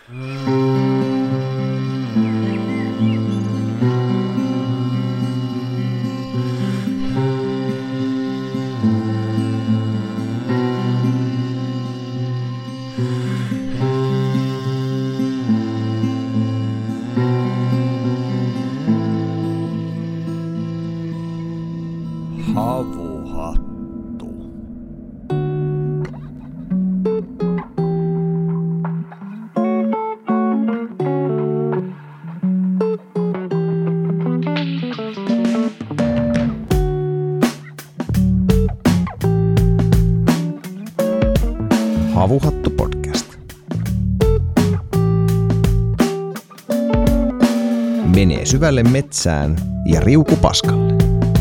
Havuhattu. Havuhattu podcast. Menee syvälle metsään ja riuku paskalle.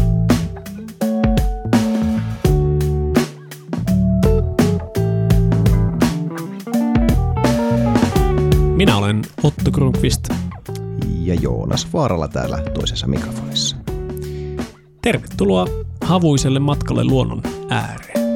Minä olen Otto Kronqvist. Ja Joonas Vaarala täällä toisessa mikrofonissa. Tervetuloa havuiselle matkalle luonnon ääreen.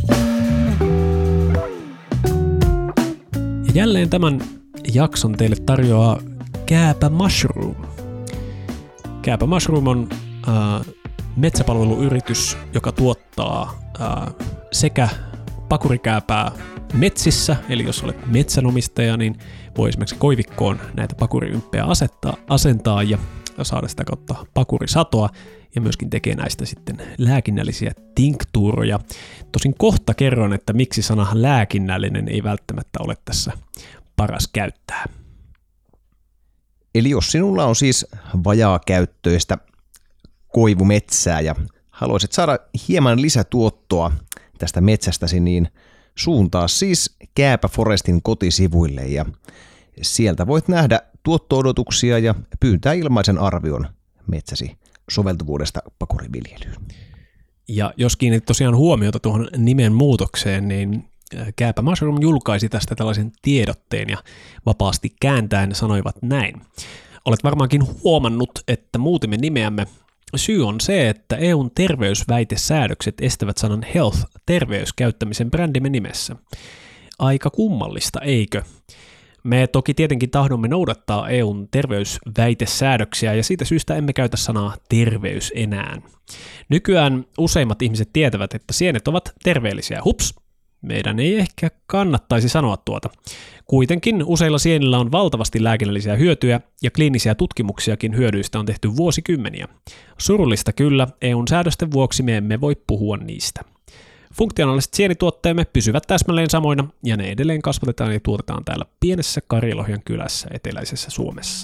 Ja jälleen tämän jakson teille tarjoaa Kääpä Mushroom. Kääpä Mushroom on metsäpalveluyritys, joka tuottaa sekä pakurikääpää metsissä, eli jos olet metsänomistaja, niin voi esimerkiksi koivikkoon näitä pakuriympejä asentaa ja saada sitä kautta pakurisatoa, ja myöskin tekee näistä sitten lääkinnällisiä tinktuuroja. Tosin kohta kerron, että miksi sana lääkinnällinen ei välttämättä ole tässä paras käyttää. Eli jos sinulla on siis vajaakäyttöistä koivumetsää ja haluaisit saada hieman lisätuottoa tästä metsästäsi, niin suuntaa siis Kääpä Forestin kotisivuille ja sieltä voit nähdä tuotto-odotuksia ja pyytää ilmaisen arvion metsäsi soveltuvuudesta pakuriviljelyyn. Ja jos kiinnitit tosiaan huomiota tuohon nimen muutokseen, niin Kääpä Mushroom julkaisi tästä tällaisen tiedotteen ja vapaasti kääntäen sanoivat näin. Olet varmaankin huomannut, että muutimme nimeämme. Syy on se, että EUn terveysväitesäädökset estävät sanan health terveys käyttämisen brändimme nimessä. Aika kummallista, eikö? Me toki tietenkin tahdomme noudattaa EUn terveysväitesäädöksiä ja siitä syystä emme käytä sanaa terveys enää. Nykyään useimmat ihmiset tietävät, että sienet ovat terveellisiä. Hups! Meidän ei ehkä kannattaisi sanoa tuota. Kuitenkin useilla sienillä on valtavasti lääkinnällisiä hyötyjä ja kliinisiä tutkimuksiakin hyödyistä on tehty vuosikymmeniä. Surullista kyllä, EUn säädösten vuoksi me emme voi puhua niistä. Funktionaaliset sienituotteemme pysyvät täsmälleen samoina ja ne edelleen kasvatetaan ja tuotetaan täällä pienessä Karilohjan kylässä eteläisessä Suomessa.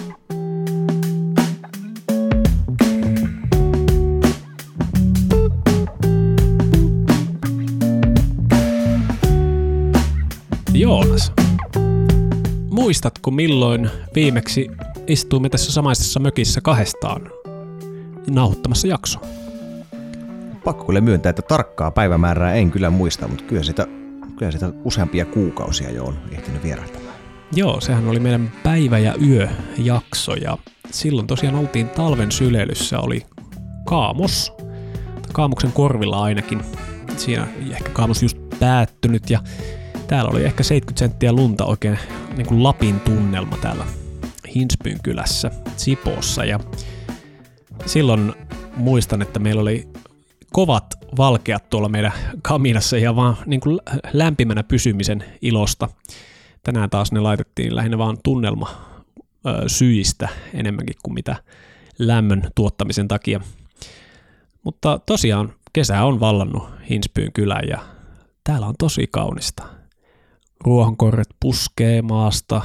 Joonas, muistatko milloin viimeksi istuimme tässä samaisessa mökissä kahdestaan nauhoittamassa jaksoa? Pakko kyllä myöntää, että tarkkaa päivämäärää en kyllä muista, mutta kyllä sitä useampia kuukausia jo on ehtinyt vierahtamaan. Joo, sehän oli meidän päivä- ja yöjakso ja silloin tosiaan oltiin talven syleilyssä, oli kaamos, kaamuksen korvilla ainakin, siinä ehkä kaamos just päättynyt ja täällä oli ehkä 70 senttiä lunta, oikein niin kuin Lapin tunnelma täällä Hinspyn kylässä Sipoossa. Ja silloin muistan, että meillä oli kovat valkeat tuolla meidän kaminassa ja vaan niin kuin lämpimänä pysymisen ilosta. Tänään taas ne laitettiin lähinnä vaan tunnelma syistä enemmänkin kuin mitä lämmön tuottamisen takia. Mutta tosiaan kesä on vallannut Hinspyn kylän ja täällä on tosi kaunista. Ruohonkorret puskee maasta,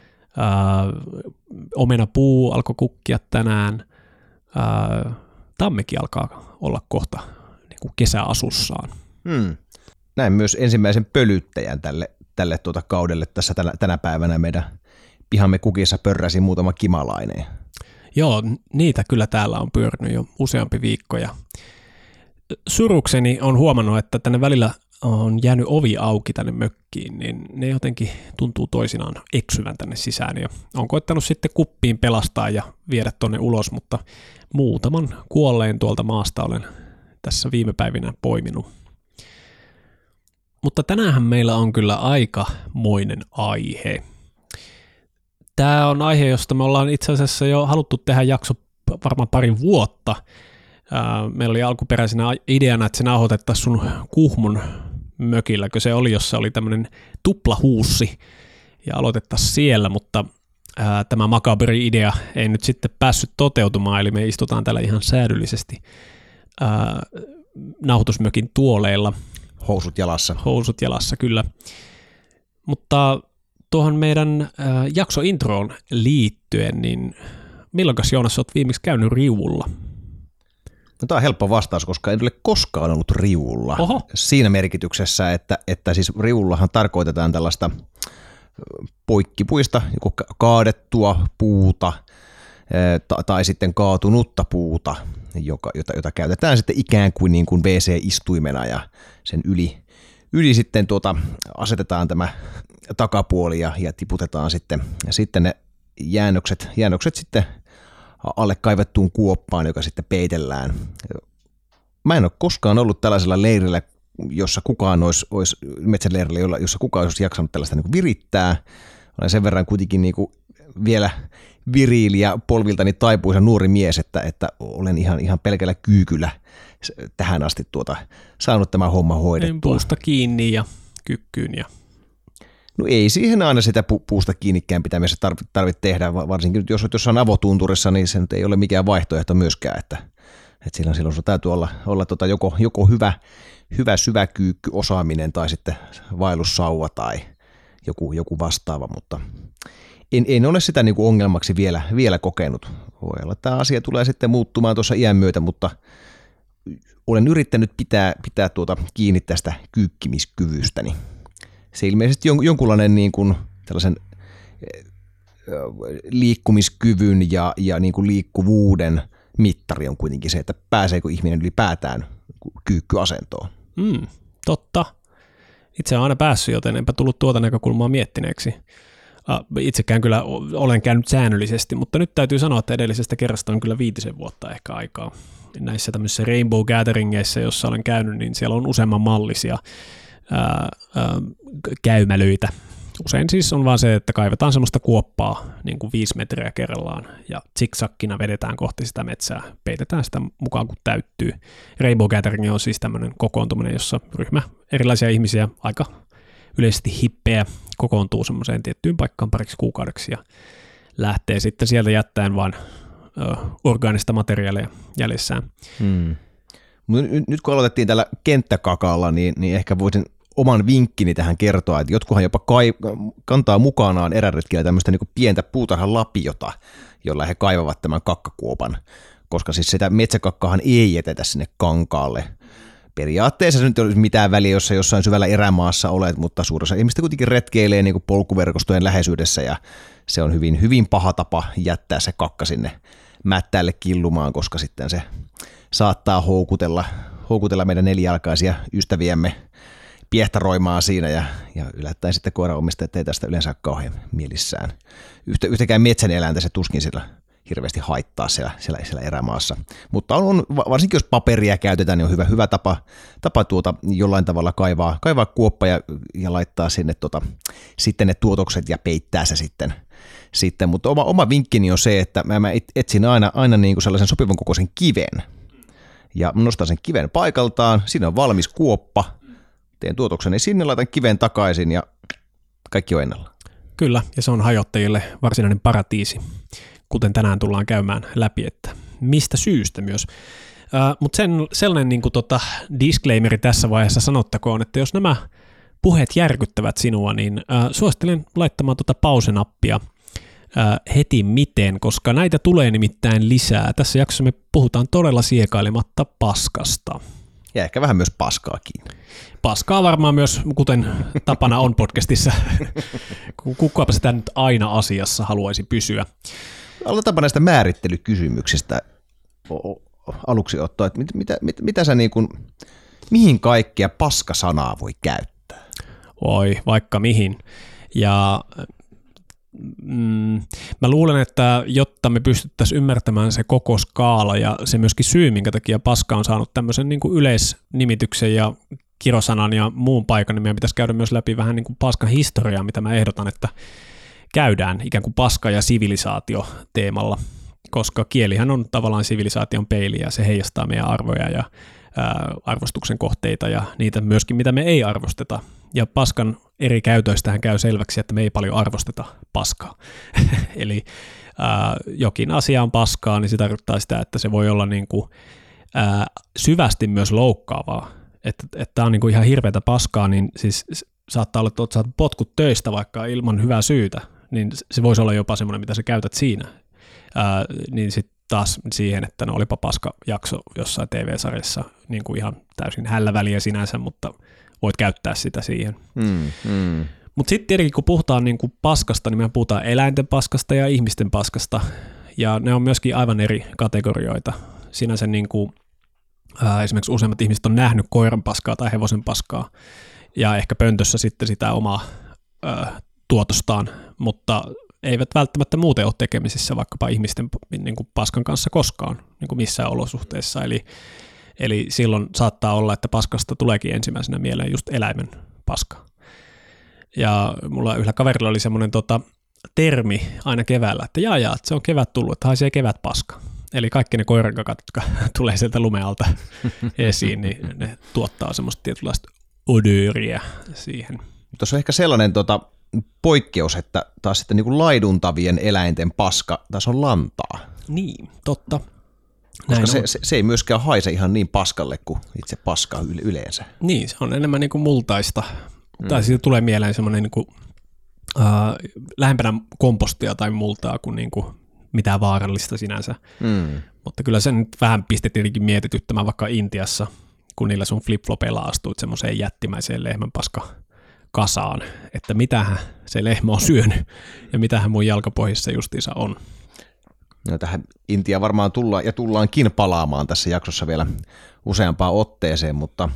omenapuu alkoi kukkia tänään, tammekin alkaa olla kohta niin kuin kesäasussaan. Näin myös ensimmäisen pölyttäjän tälle kaudelle tässä tänä päivänä meidän pihamme kukissa pörräsi muutama kimalainen. Joo, niitä kyllä täällä on pyörinyt jo useampi viikko ja surukseni on huomannut, että tänne välillä on jäänyt ovi auki tänne mökkiin, niin ne jotenkin tuntuu toisinaan eksyvän tänne sisään. Ja on koettanut sitten kuppiin pelastaa ja viedä tonne ulos, mutta muutaman kuolleen tuolta maasta olen tässä viime päivinä poiminut. Mutta tänäänhän meillä on kyllä aikamoinen aihe. Tämä on aihe, josta me ollaan itse asiassa jo haluttu tehdä jakso varmaan pari vuotta. Meillä oli alkuperäisenä ideana, että se nauhoitettaisiin sun Kuhmun mökilläkö se oli, jossa oli tämmöinen tuplahuussi ja aloitettaisiin siellä, mutta tämä makaberi idea ei nyt sitten päässyt toteutumaan, eli me istutaan täällä ihan säädyllisesti nauhoitusmökin tuoleilla. Housut jalassa. Housut jalassa, kyllä. Mutta tuohon meidän jaksointroon liittyen, niin milloinkas Joonas olet viimeksi käynyt riuulla? No, tämä on helppo vastaus, koska en ole koskaan ollut riuulla. Oho. Siinä merkityksessä, että siis riuullahan tarkoitetaan tällaista poikkipuista, joku kaadettua puuta tai sitten kaatunutta puuta, jota käytetään sitten ikään kuin, WC-istuimena ja sen yli sitten asetetaan tämä takapuoli ja tiputetaan sitten ne jäännökset sitten alle kaivettuun kuoppaan, joka sitten peitellään. Mä en ole koskaan ollut tällaisella leirillä, jossa kukaan olisi metsäleirillä, jossa kukaan olisi jaksanut tällaista niin kuin virittää. Olen sen verran kuitenkin niin kuin vielä viriili ja polviltani taipuisa nuori mies, että olen ihan pelkällä kyykyllä tähän asti saanut tämä homma hoidettua. Puusta kiinni ja kykkyyn. No ei siihen aina sitä puusta kiinnikään pitämisessä tarvitse tehdä, varsinkin jos olet jossain avotunturissa, niin se nyt ei ole mikään vaihtoehto myöskään, että silloin se täytyy olla joko hyvä syväkyykky osaaminen tai sitten vaellussauva tai joku vastaava, mutta en ole sitä niin kuin ongelmaksi vielä kokenut. Voi olla, että tämä asia tulee sitten muuttumaan tuossa iän myötä, mutta olen yrittänyt pitää kiinni tästä kyykkimiskyvystäni. Se ilmeisesti jonkunlainen niin kuin tällaisen liikkumiskyvyn ja niin kuin liikkuvuuden mittari on kuitenkin se, että pääseekö ihminen ylipäätään kyykkyasentoon. Totta. Itse olen aina päässyt, joten enpä tullut tuota näkökulmaa miettineeksi. Itsekään kyllä olen käynyt säännöllisesti, mutta nyt täytyy sanoa, että edellisestä kerrasta on kyllä 5 vuotta ehkä aikaa. Näissä tämmöisissä Rainbow Gatheringeissa, jossa olen käynyt, niin siellä on useamman mallisia käymälöitä. Usein siis on vaan se, että kaivetaan semmoista kuoppaa niin kuin 5 metriä kerrallaan ja zigzaggina vedetään kohti sitä metsää, peitetään sitä mukaan kun täyttyy. Rainbow Gathering on siis tämmöinen kokoontuminen, jossa ryhmä erilaisia ihmisiä, aika yleisesti hippejä, kokoontuu semmoiseen tiettyyn paikkaan pariksi kuukaudeksi ja lähtee sitten sieltä jättäen vaan orgaanista materiaalia jäljessään. Nyt kun aloitettiin tällä kenttäkakalla, niin ehkä voisin oman vinkkini tähän kertoa, että jotkuhan jopa kantaa mukanaan eräretkillä tämmöistä niin kuin pientä puutarhan lapiota, jolla he kaivavat tämän kakkakuopan, koska siis sitä metsäkakkahan ei jätetä sinne kankaalle. Periaatteessa se nyt ei olisi mitään väliä, jos jossain syvällä erämaassa olet, mutta suurissa ihmistä kuitenkin retkeilee niin kuin polkuverkostojen läheisyydessä ja se on hyvin, hyvin paha tapa jättää se kakka sinne mättäälle killumaan, koska sitten se saattaa houkutella meidän nelijalkaisia ystäviämme piehtaroimaan siinä ja yllättäen sitten koiraomistajat ei tästä yleensä kauhean mielissään. Yhtäkään metsän eläintä se tuskin sillä hirveästi haittaa siellä erämaassa. Mutta on, varsinkin jos paperia käytetään, niin on hyvä tapa jollain tavalla kaivaa kuoppa ja laittaa sinne sitten ne tuotokset ja peittää se sitten. Mutta oma vinkkini on se, että mä etsin aina niin kuin sellaisen sopivan kokoisen kiven ja nostan sen kiven paikaltaan, siinä on valmis kuoppa, teen tuotokseni sinne, laitan kiven takaisin ja kaikki on ennallaan. Kyllä, ja se on hajottajille varsinainen paratiisi, kuten tänään tullaan käymään läpi, että mistä syystä myös. Mutta sellainen niin kuin disclaimeri tässä vaiheessa sanottakoon, että jos nämä puheet järkyttävät sinua, niin suosittelen laittamaan pause-nappia heti miten, koska näitä tulee nimittäin lisää. Tässä jaksossa me puhutaan todella siekailematta paskasta. Ja ehkä vähän myös paskaakin. Paskaa varmaan myös, kuten tapana on podcastissa. Kukapa sitä nyt aina asiassa haluaisi pysyä. Aloitetaanpa näistä määrittelykysymyksistä aluksi ottaa, että mitä sä niin kuin, mihin kaikkea paskasanaa voi käyttää? Oi, vaikka mihin. Ja mä luulen, että jotta me pystyttäisiin ymmärtämään se koko skaala ja se myöskin syy, minkä takia paska on saanut tämmöisen niin kuin yleisnimityksen ja kirosanan ja muun paikan, niin meidän pitäisi käydä myös läpi vähän niin kuin paskan historiaa, mitä mä ehdotan, että käydään ikään kuin paska- ja sivilisaatio teemalla, koska kielihän on tavallaan sivilisaation peili ja se heijastaa meidän arvoja ja arvostuksen kohteita ja niitä myöskin, mitä me ei arvosteta. Ja paskan eri käytöistähän käy selväksi, että me ei paljon arvosteta paskaa. Eli jokin asia on paskaa, niin se tarkoittaa sitä, että se voi olla niin kuin, syvästi myös loukkaavaa. Että on niin kuin ihan hirveätä paskaa, niin siis saattaa olla, että saat potkut töistä vaikka ilman hyvää syytä, niin se voisi olla jopa semmoinen, mitä sä käytät siinä. Niin sitten taas siihen, että no olipa paska jakso jossain TV-sarjassa, niin kuin ihan täysin hällä väliä sinänsä, mutta voit käyttää sitä siihen. Mutta sitten tietenkin, kun puhutaan niin kuin paskasta, niin me puhutaan eläinten paskasta ja ihmisten paskasta, ja ne on myöskin aivan eri kategorioita. Sinänsä niin kuin, esimerkiksi useimmat ihmiset on nähnyt koiran paskaa tai hevosen paskaa, ja ehkä pöntössä sitten sitä omaa tuotostaan, mutta eivät välttämättä muuten ole tekemisissä vaikkapa ihmisten niin kuin paskan kanssa koskaan niin kuin missään olosuhteissa. Eli silloin saattaa olla, että paskasta tuleekin ensimmäisenä mieleen just eläimen paska. Ja mulla yhdellä kaverilla oli semmoinen termi aina keväällä, että jaa, että se on kevät tullut, että haisee kevät paska. Eli kaikki ne koirankakat, jotka tulee sieltä lumealta esiin, niin ne tuottaa semmoista tietynlaista odööriä siihen. Tuossa on ehkä sellainen poikkeus, että taas sitten niin kuin laiduntavien eläinten paska taas on lantaa. Niin, totta. Koska se ei myöskään haise ihan niin paskalle kuin itse paskaa yleensä. Niin, se on enemmän niin kuin multaista. Tai siitä tulee mieleen semmoinen niin kuin, lähempänä kompostia tai multaa kuin, mitään vaarallista sinänsä. Mutta kyllä se nyt vähän pisti tietenkin mietityttämään vaikka Intiassa, kun niillä sun flip-flopeilla astuit semmoiseen jättimäiseen lehmänpaska kasaan, että mitähän se lehmä on syönyt ja mitähän mun jalkapohjissa justiinsa on. No, tähän Intiaan varmaan tullaankin palaamaan tässä jaksossa vielä useampaan otteeseen, mutta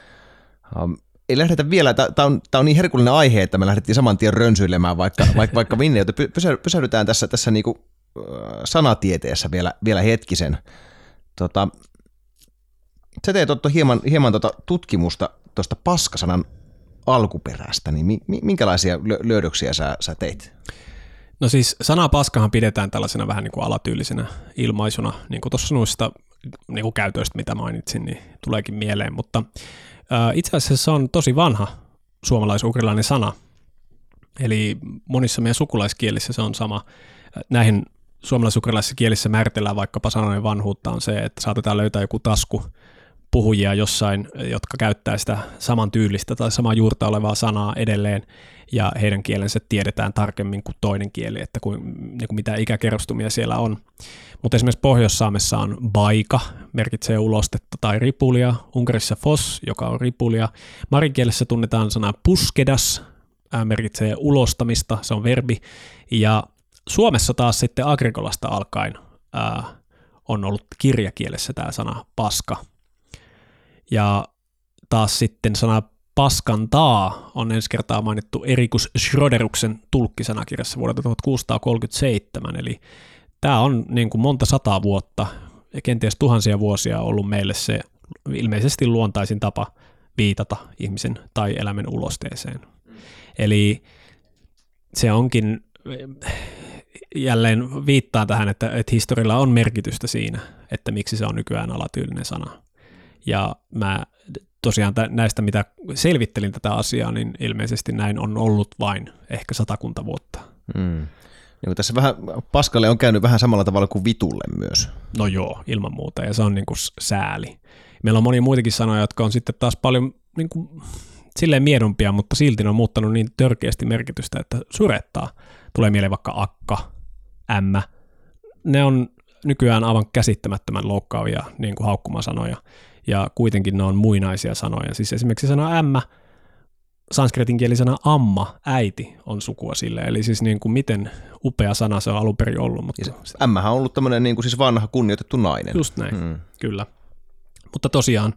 ei lähdetä vielä. Tämä on niin herkullinen aihe, että me lähdettiin saman tien rönsyilemään vaikka minne, joten pysähdytään tässä niinku sanatieteessä vielä hetkisen. Sä teet hieman tutkimusta tuosta paskasanan alkuperästä, niin minkälaisia löydöksiä sä teit? No siis sana paskahan pidetään tällaisena vähän niin kuin alatyylisenä ilmaisuna, niin kuin tuossa noista niin kuin käytöistä, mitä mainitsin, niin tuleekin mieleen, mutta itse asiassa se on tosi vanha suomalais-ugrilainen sana, eli monissa meidän sukulaiskielissä se on sama. Näihin suomalais-ugrilaisissa kielissä määritellään vaikkapa sanojen vanhuutta on se, että saatetaan löytää joku tasku puhujia jossain, jotka käyttää sitä saman tyylistä tai samaa juurta olevaa sanaa edelleen, ja heidän kielensä tiedetään tarkemmin kuin toinen kieli, että mitä ikäkerrostumia siellä on. Mutta esimerkiksi Pohjois-Saamessa on baika, merkitsee ulostetta tai ripulia, Unkarissa fos, joka on ripulia, marinkielessä tunnetaan sana puskedas, merkitsee ulostamista, se on verbi, ja Suomessa taas sitten Agrikolasta alkaen on ollut kirjakielessä tämä sana paska. Ja taas sitten sana paskantaa on ensi kertaa mainittu Erikus Schröderuksen tulkkisanakirjassa vuodelta 1637, eli tämä on niin kuin monta sataa vuotta ja kenties tuhansia vuosia ollut meille se ilmeisesti luontaisin tapa viitata ihmisen tai eläimen ulosteeseen. Eli se onkin, jälleen viittaa tähän, että historialla on merkitystä siinä, että miksi se on nykyään alatyylinen sana. Ja mä tosiaan näistä, mitä selvittelin tätä asiaa, niin ilmeisesti näin on ollut vain ehkä 100 vuotta. Niin tässä vähän paskalle on käynyt vähän samalla tavalla kuin vitulle myös. No joo, ilman muuta, ja se on niin kuin sääli. Meillä on monia muitakin sanoja, jotka on sitten taas paljon niin kuin silleen miedompia, mutta silti ne on muuttanut niin törkeästi merkitystä, että surettaa. Tulee mieleen vaikka akka, ämmä. Ne on nykyään aivan käsittämättömän loukkaavia niin kuin haukkumasanoja, ja kuitenkin ne on muinaisia sanoja. Siis esimerkiksi sana ämmä, sanskritin kielisana amma, äiti, on sukua sille. Eli siis niin kuin miten upea sana se on alun perin ollut. Mutta ämmähän on ollut tämmöinen niin kuin siis vanha kunnioitettu nainen. Just näin, kyllä. Mutta tosiaan,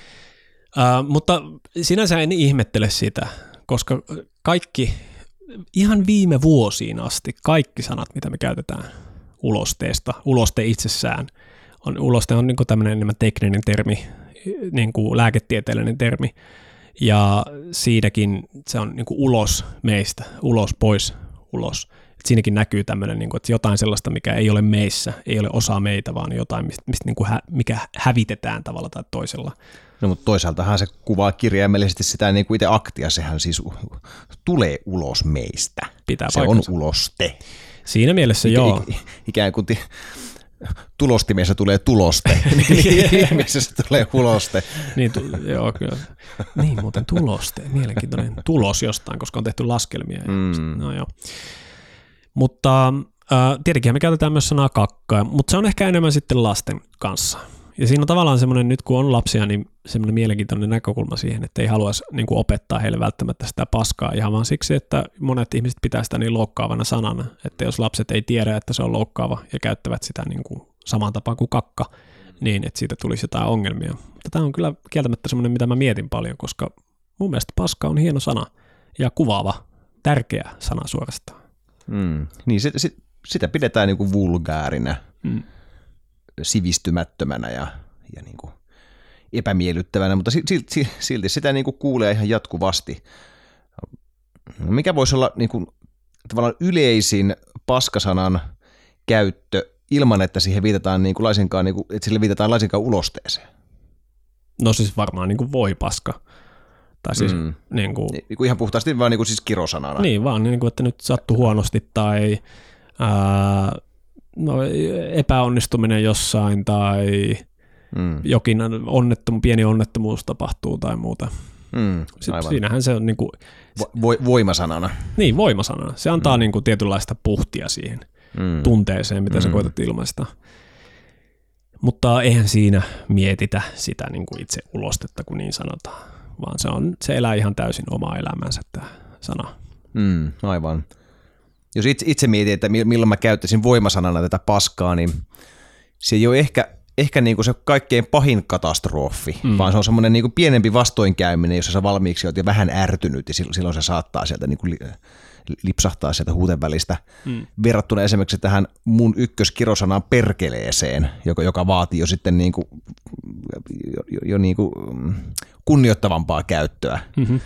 mutta sinänsä en ihmettele sitä, koska kaikki, ihan viime vuosiin asti, kaikki sanat, mitä me käytetään ulosteesta, uloste itsessään, uloste on niin kuin tämmöinen enemmän tekninen termi, niin kuin lääketieteellinen termi, ja siinäkin se on niin kuin ulos meistä, ulos pois, ulos. Siinäkin näkyy tämmöinen, niin kuin, että jotain sellaista, mikä ei ole meissä, ei ole osa meitä, vaan jotain, mistä niin kuin mikä hävitetään tavalla tai toisella. No mutta toisaaltahan se kuvaa kirjaimellisesti sitä niin kuin itse aktia, sehän siis tulee ulos meistä. Pitää se paikkansa. on uloste. Siinä mielessä joo. Ikään kuin tulostimessa tulee tuloste, ihmisessä tulee uloste. Niin, joo, kyllä. Niin, muuten tuloste. Mielenkiintoinen tulos jostain, koska on tehty laskelmia. No joo. Mutta tietenkin me käytetään myös sanaa kakkaa, mutta se on ehkä enemmän sitten lasten kanssa. Ja siinä on tavallaan semmoinen, nyt kun on lapsia, niin semmoinen mielenkiintoinen näkökulma siihen, että ei haluaisi niin kuin opettaa heille välttämättä sitä paskaa ihan vaan siksi, että monet ihmiset pitää sitä niin loukkaavana sanana, että jos lapset ei tiedä, että se on loukkaava ja käyttävät sitä niin kuin samaan tapaan kuin kakka, niin että siitä tulisi jotain ongelmia. Mutta tämä on kyllä kieltämättä semmoinen, mitä mä mietin paljon, koska mun mielestä paska on hieno sana ja kuvaava, tärkeä sana suorastaan. Niin, sitä pidetään niin kuin vulgaarinä. Sivistymättömänä ja niin kuin epämiellyttävänä, mutta silti sitä niin kuin kuulee ihan jatkuvasti. Mikä voisi olla niin kuin, tavallaan yleisin paskasanan käyttö ilman, että siihen viitataan niin kuin laisinkaan, niin kuin, että sille viitataan laisinkaan ulosteeseen? No siis varmaan niin kuin voi paska. Tai siis niin kuin, ihan puhtaasti vaan niin kuin siis kirosanana. Niin vaan, niin kuin, että nyt sattuu huonosti tai epäonnistuminen jossain tai jokin pieni onnettomuus tapahtuu tai muuta. Siinähän se on niin kuin, voimasanana. Niin, voimasanana. Se antaa niin kuin tietynlaista puhtia siihen tunteeseen, mitä sä koetat ilmaista. Mutta eihän siinä mietitä sitä niin kuin itse ulostetta, kun niin sanotaan, vaan se elää ihan täysin omaa elämänsä tämä sana. Aivan. Jos itse mietin, että milloin mä käyttäisin voimasanana tätä paskaa, niin se ei ole ehkä niin kuin se kaikkein pahin katastrofi, vaan se on semmoinen niin kuin pienempi vastoinkäyminen, jossa sä valmiiksi olet jo vähän ärtynyt ja silloin se saattaa sieltä niin kuin lipsahtaa sieltä huuten välistä. Verrattuna esimerkiksi tähän mun ykköskirosanaan perkeleeseen, joka vaatii jo sitten niin kuin, jo niin kuin kunnioittavampaa käyttöä.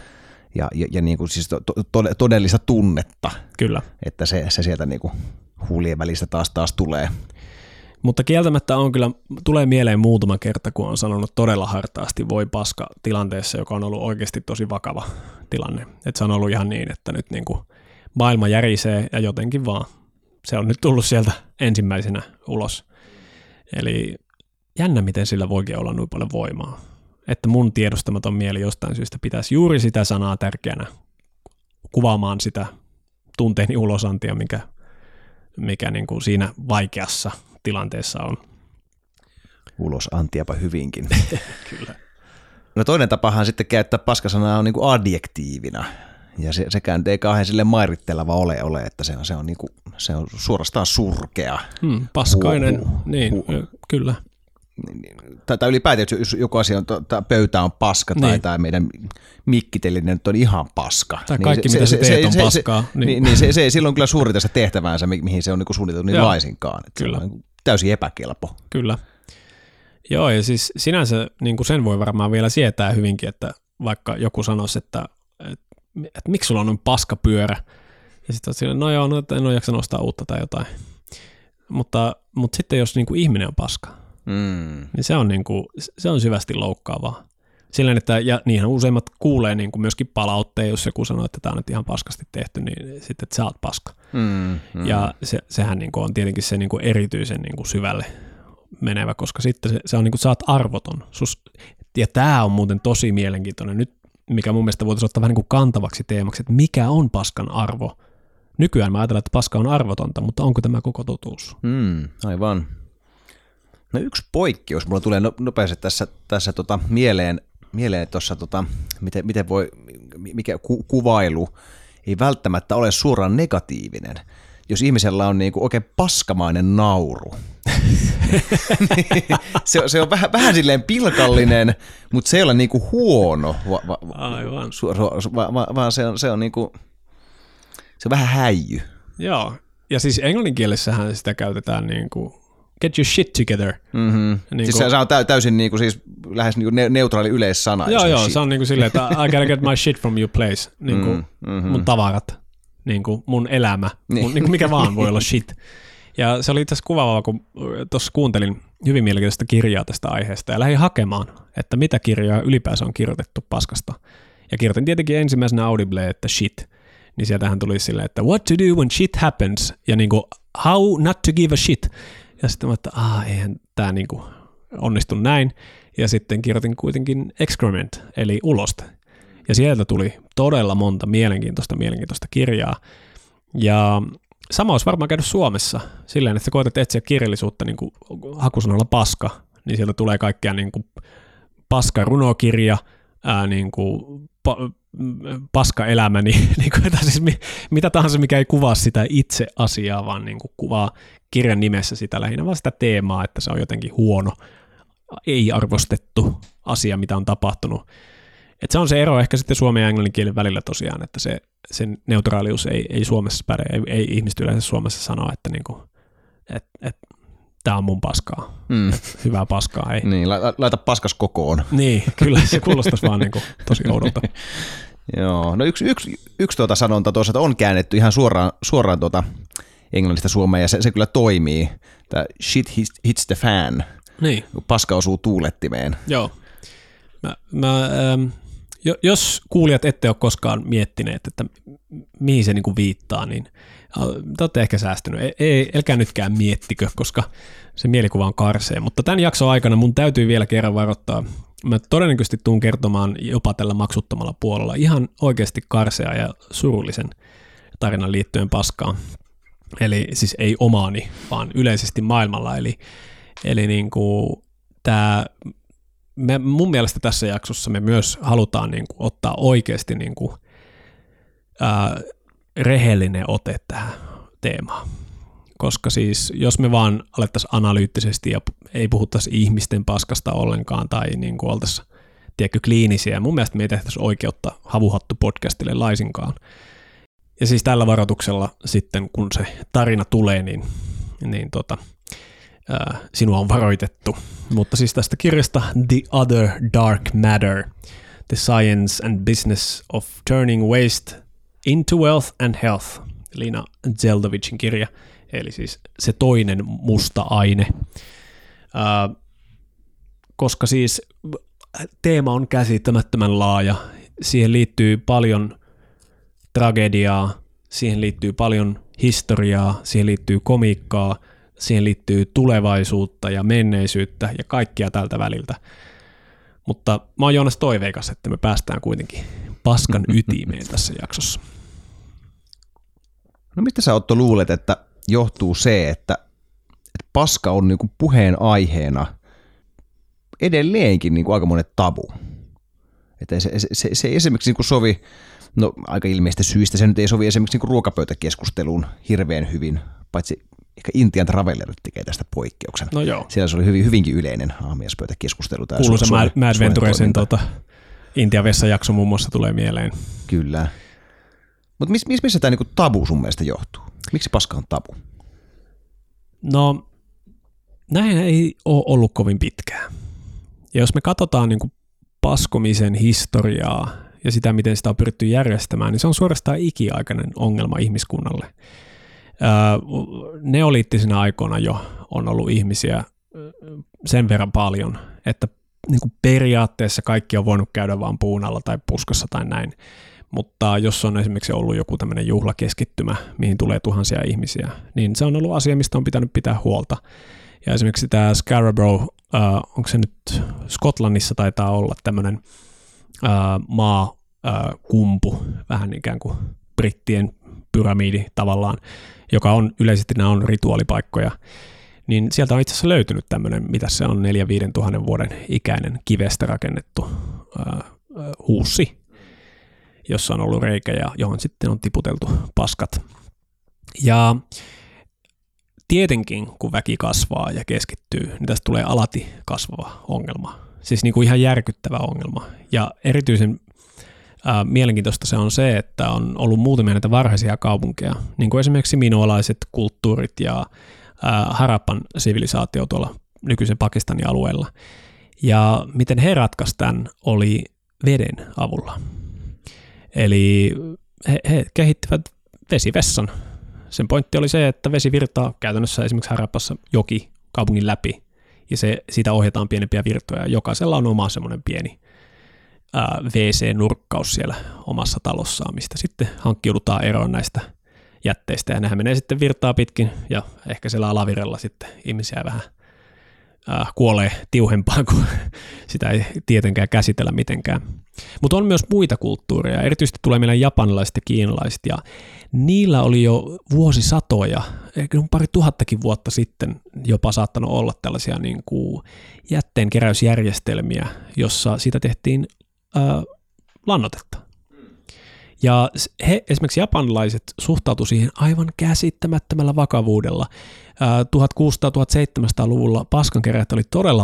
Ja niin kuin siis todellista tunnetta. Kyllä. Että se sieltä niin kuin huulien välistä taas tulee. Mutta kieltämättä tulee mieleen muutama kerta, kun on sanonut todella hartaasti voi paska tilanteessa, joka on ollut oikeasti tosi vakava tilanne. Että se on ollut ihan niin, että nyt niin kuin maailma järisee ja jotenkin vaan se on nyt tullut sieltä ensimmäisenä ulos. Eli jännä, miten sillä voikin olla noin paljon voimaa. Että mun tiedostamaton mieli jostain syystä pitäisi juuri sitä sanaa tärkeänä kuvaamaan sitä tunteeni ulosantia, mikä niin kuin siinä vaikeassa tilanteessa on. Ulosantiapa hyvinkin. Kyllä. No toinen tapahan sitten käyttää paskasanaa on niin kuin adjektiivina. Ja sekään ei kauhean sille mairitteleva ole, että se on suorastaan surkea. Paskainen, kyllä. Tai ylipäätään, jos joku asia on, pöytä on paska tai meidän mikkitelinen on ihan paska. Tai kaikki, mitä se teet, on paskaa. Se ei silloin kyllä suorita se tehtäväänsä, mihin se on niin suunniteltu niin laisinkaan. Kyllä. Se on täysin epäkelpo. Kyllä. Joo, ja siis sinänsä niin kuin sen voi varmaan vielä sietää hyvinkin, että vaikka joku sanoisi, että miksi sulla on noin paskapyörä, ja sitten silleen, no joo, en ole jaksanut ostaa uutta tai jotain. Mutta sitten jos niin kuin ihminen on paska, niin se on syvästi loukkaavaa. Silleen, että ja niinhän useimmat kuulee niin kuin myöskin palautteen, jos joku sanoo, että tämä on nyt ihan paskasti tehty, niin sitten, että sä oot paska. Ja sehän niin kuin on tietenkin se niin kuin erityisen niin kuin syvälle menevä, koska sitten se on niin kuin, sä oot arvoton. Ja tämä on muuten tosi mielenkiintoinen nyt, mikä mun mielestä voitaisiin ottaa vähän niin kuin kantavaksi teemaksi, että mikä on paskan arvo. Nykyään mä ajatellaan, että paska on arvotonta, mutta onko tämä koko totuus? Aivan. No yksi poikkeus, mulla tulee nopeasti tässä mieleen tuossa, miten voi, mikä kuvailu ei välttämättä ole suoraan negatiivinen. Jos ihmisellä on niinku oikein paskamainen nauru, se on vähän silleen pilkallinen, mutta se ei ole niinku huono, vaan se on niinku, se on vähän häijy. Joo, ja siis englanninkielessähän sitä käytetään niinku get your shit together. Siis se on täysin niinku, siis lähes niinku neutraali yleissana. Joo, se on niinku silleen, että I gotta get my shit from your place, niinku mun tavarat. niin kuin mun elämä, niin kuin mikä vaan voi olla shit. Ja se oli itse asiassa kuvaavaa, kun tuossa kuuntelin hyvin mielenkiintoista kirjaa tästä aiheesta ja lähdin hakemaan, että mitä kirjaa ylipäänsä on kirjoitettu paskasta. Ja kirjoitin tietenkin ensimmäisenä Audible, että shit. Niin sieltähän tuli silleen, että what to do when shit happens, ja niin kuin how not to give a shit. Ja sitten mä että eihän tämä niin kuin onnistu näin. Ja sitten kirjoitin kuitenkin excrement, eli uloste. Ja sieltä tuli todella monta mielenkiintoista kirjaa. Ja sama olisi varmaan käynyt Suomessa silleen, että sä koetat etsiä kirjallisuutta niin kuin hakusanalla paska, niin sieltä tulee kaikkea niin kuin paskarunokirja, niin kuin paskaelämä, niin kuin, siis mitä tahansa, mikä ei kuvaa sitä itse asiaa, vaan niin kuin kuvaa kirjan nimessä sitä lähinnä vaan sitä teemaa, että se on jotenkin huono, ei arvostettu asia, mitä on tapahtunut. Et se on se ero ehkä sitten suomen ja englannin kielen välillä tosiaan, että sen neutraalius ei Suomessa päde, ei ihmiset yleensä Suomessa sanoa, että niinku, tämä on mun paskaa, hyvää paskaa. Ei. Niin, laita paskas kokoon. Niin, kyllä se kuulostaisi vaan niinku tosi oudolta. Joo, no yksi sanonta tuossa, että on käännetty ihan suoraan englannista suomeen, ja se kyllä toimii. Tämä shit hits the fan, niin. Paska osuu tuulettimeen. Joo. Jos kuulijat ette ole koskaan miettineet, että mihin se niinku viittaa, niin te olette ehkä säästynyt. Älkää nytkään miettikö, koska se mielikuva on karsea. Mutta tämän jakson aikana mun täytyy vielä kerran varoittaa. Mä todennäköisesti tuun kertomaan jopa tällä maksuttomalla puolella ihan oikeasti karsea ja surullisen tarinan liittyen paskaan. Eli siis ei omaani, vaan yleisesti maailmalla. Eli niinku tämä... mun mielestä tässä jaksossa me myös halutaan niin kuin ottaa oikeasti niin kuin, rehellinen ote tähän teemaan. Koska siis jos me vaan alettaisiin analyyttisesti ja ei puhuttaisi ihmisten paskasta ollenkaan tai niin kuin oltaisiin kliinisiä, mun mielestä me ei tehtäisi oikeutta havuhattu podcastille laisinkaan. Ja siis tällä varoituksella sitten kun se tarina tulee, niin sinua on varoitettu. Mutta siis tästä kirjasta The Other Dark Matter, The Science and Business of Turning Waste into Wealth and Health, Lina Zeldovicin kirja, eli siis se toinen musta aine. Koska siis teema on käsittämättömän laaja, siihen liittyy paljon tragediaa, siihen liittyy paljon historiaa, siihen liittyy komiikkaa, siihen liittyy tulevaisuutta ja menneisyyttä ja kaikkia tältä väliltä. Mutta mä oon Joonas toiveikas, että me päästään kuitenkin paskan ytimeen tässä jaksossa. No mistä sä Otto luulet, että johtuu se, että paska on niinku puheen aiheena edelleenkin niinku aika monet tabu? Että se ei esimerkiksi niinku sovi, no aika ilmeistä syistä se nyt ei sovi esimerkiksi niinku ruokapöytäkeskusteluun hirveän hyvin, paitsi ehkä Intian Traveler tekee tästä poikkeuksen. No joo. Siellä se oli hyvinkin yleinen aamiaispöytäkeskustelu. Kuuluisa Mad Venturesen Intian vessajakso muun muassa tulee mieleen. Kyllä. Mutta missä tämä niinku tabu sun mielestä johtuu? Miksi paska on tabu? No, näin ei ole ollut kovin pitkään. Ja jos me katsotaan niinku paskomisen historiaa ja sitä, miten sitä on pyritty järjestämään, niin se on suorastaan ikiaikainen ongelma ihmiskunnalle. Neoliittisina aikoina jo on ollut ihmisiä sen verran paljon, että niin kuin periaatteessa kaikki on voinut käydä vaan puun alla tai puskassa tai näin, mutta jos on esimerkiksi ollut joku tämmöinen juhlakeskittymä, mihin tulee tuhansia ihmisiä, niin se on ollut asia, mistä on pitänyt pitää huolta. Ja esimerkiksi tämä Scarborough, onko se nyt Skotlannissa taitaa olla tämmöinen maakumpu, vähän ikään kuin brittien pyramidi tavallaan, joka on yleisesti nämä on rituaalipaikkoja, niin sieltä on itse asiassa löytynyt tämmöinen, mitä se on 4-5 tuhannen vuoden ikäinen kivestä rakennettu huussi, jossa on ollut reikä ja johon sitten on tiputeltu paskat. Ja tietenkin, kun väki kasvaa ja keskittyy, niin tästä tulee alati kasvava ongelma. Siis niin kuin ihan järkyttävä ongelma. Ja erityisen mielenkiintoista se on se, että on ollut muutamia näitä varhaisia kaupunkeja, niin kuin esimerkiksi minoalaiset kulttuurit ja Harappan sivilisaatio tuolla nykyisen Pakistanin alueella. Ja miten he ratkaisivat tämän oli veden avulla. Eli he kehittivät vesivessan. Sen pointti oli se, että vesi virtaa käytännössä esimerkiksi Harappassa joki kaupungin läpi, ja siitä ohjataan pienempiä virtoja. Jokaisella on oma semmoinen pieni WC-nurkkaus siellä omassa talossaan, mistä sitten hankkiudutaan eroon näistä jätteistä, ja nehän menee sitten virtaa pitkin, ja ehkä siellä alavirralla sitten ihmisiä vähän kuolee tiuhempaan, kun sitä ei tietenkään käsitellä mitenkään. Mutta on myös muita kulttuureja, erityisesti tulee meillä japanilaiset ja kiinalaiset, ja niillä oli jo vuosisatoja, ehkä pari tuhattakin vuotta sitten jopa saattanut olla tällaisia niin kuin jätteenkeräysjärjestelmiä, jossa siitä tehtiin lannoitetta. Ja he, esimerkiksi japanilaiset, suhtautuivat siihen aivan käsittämättömällä vakavuudella. 1600-1700-luvulla paskankeräjät oli todella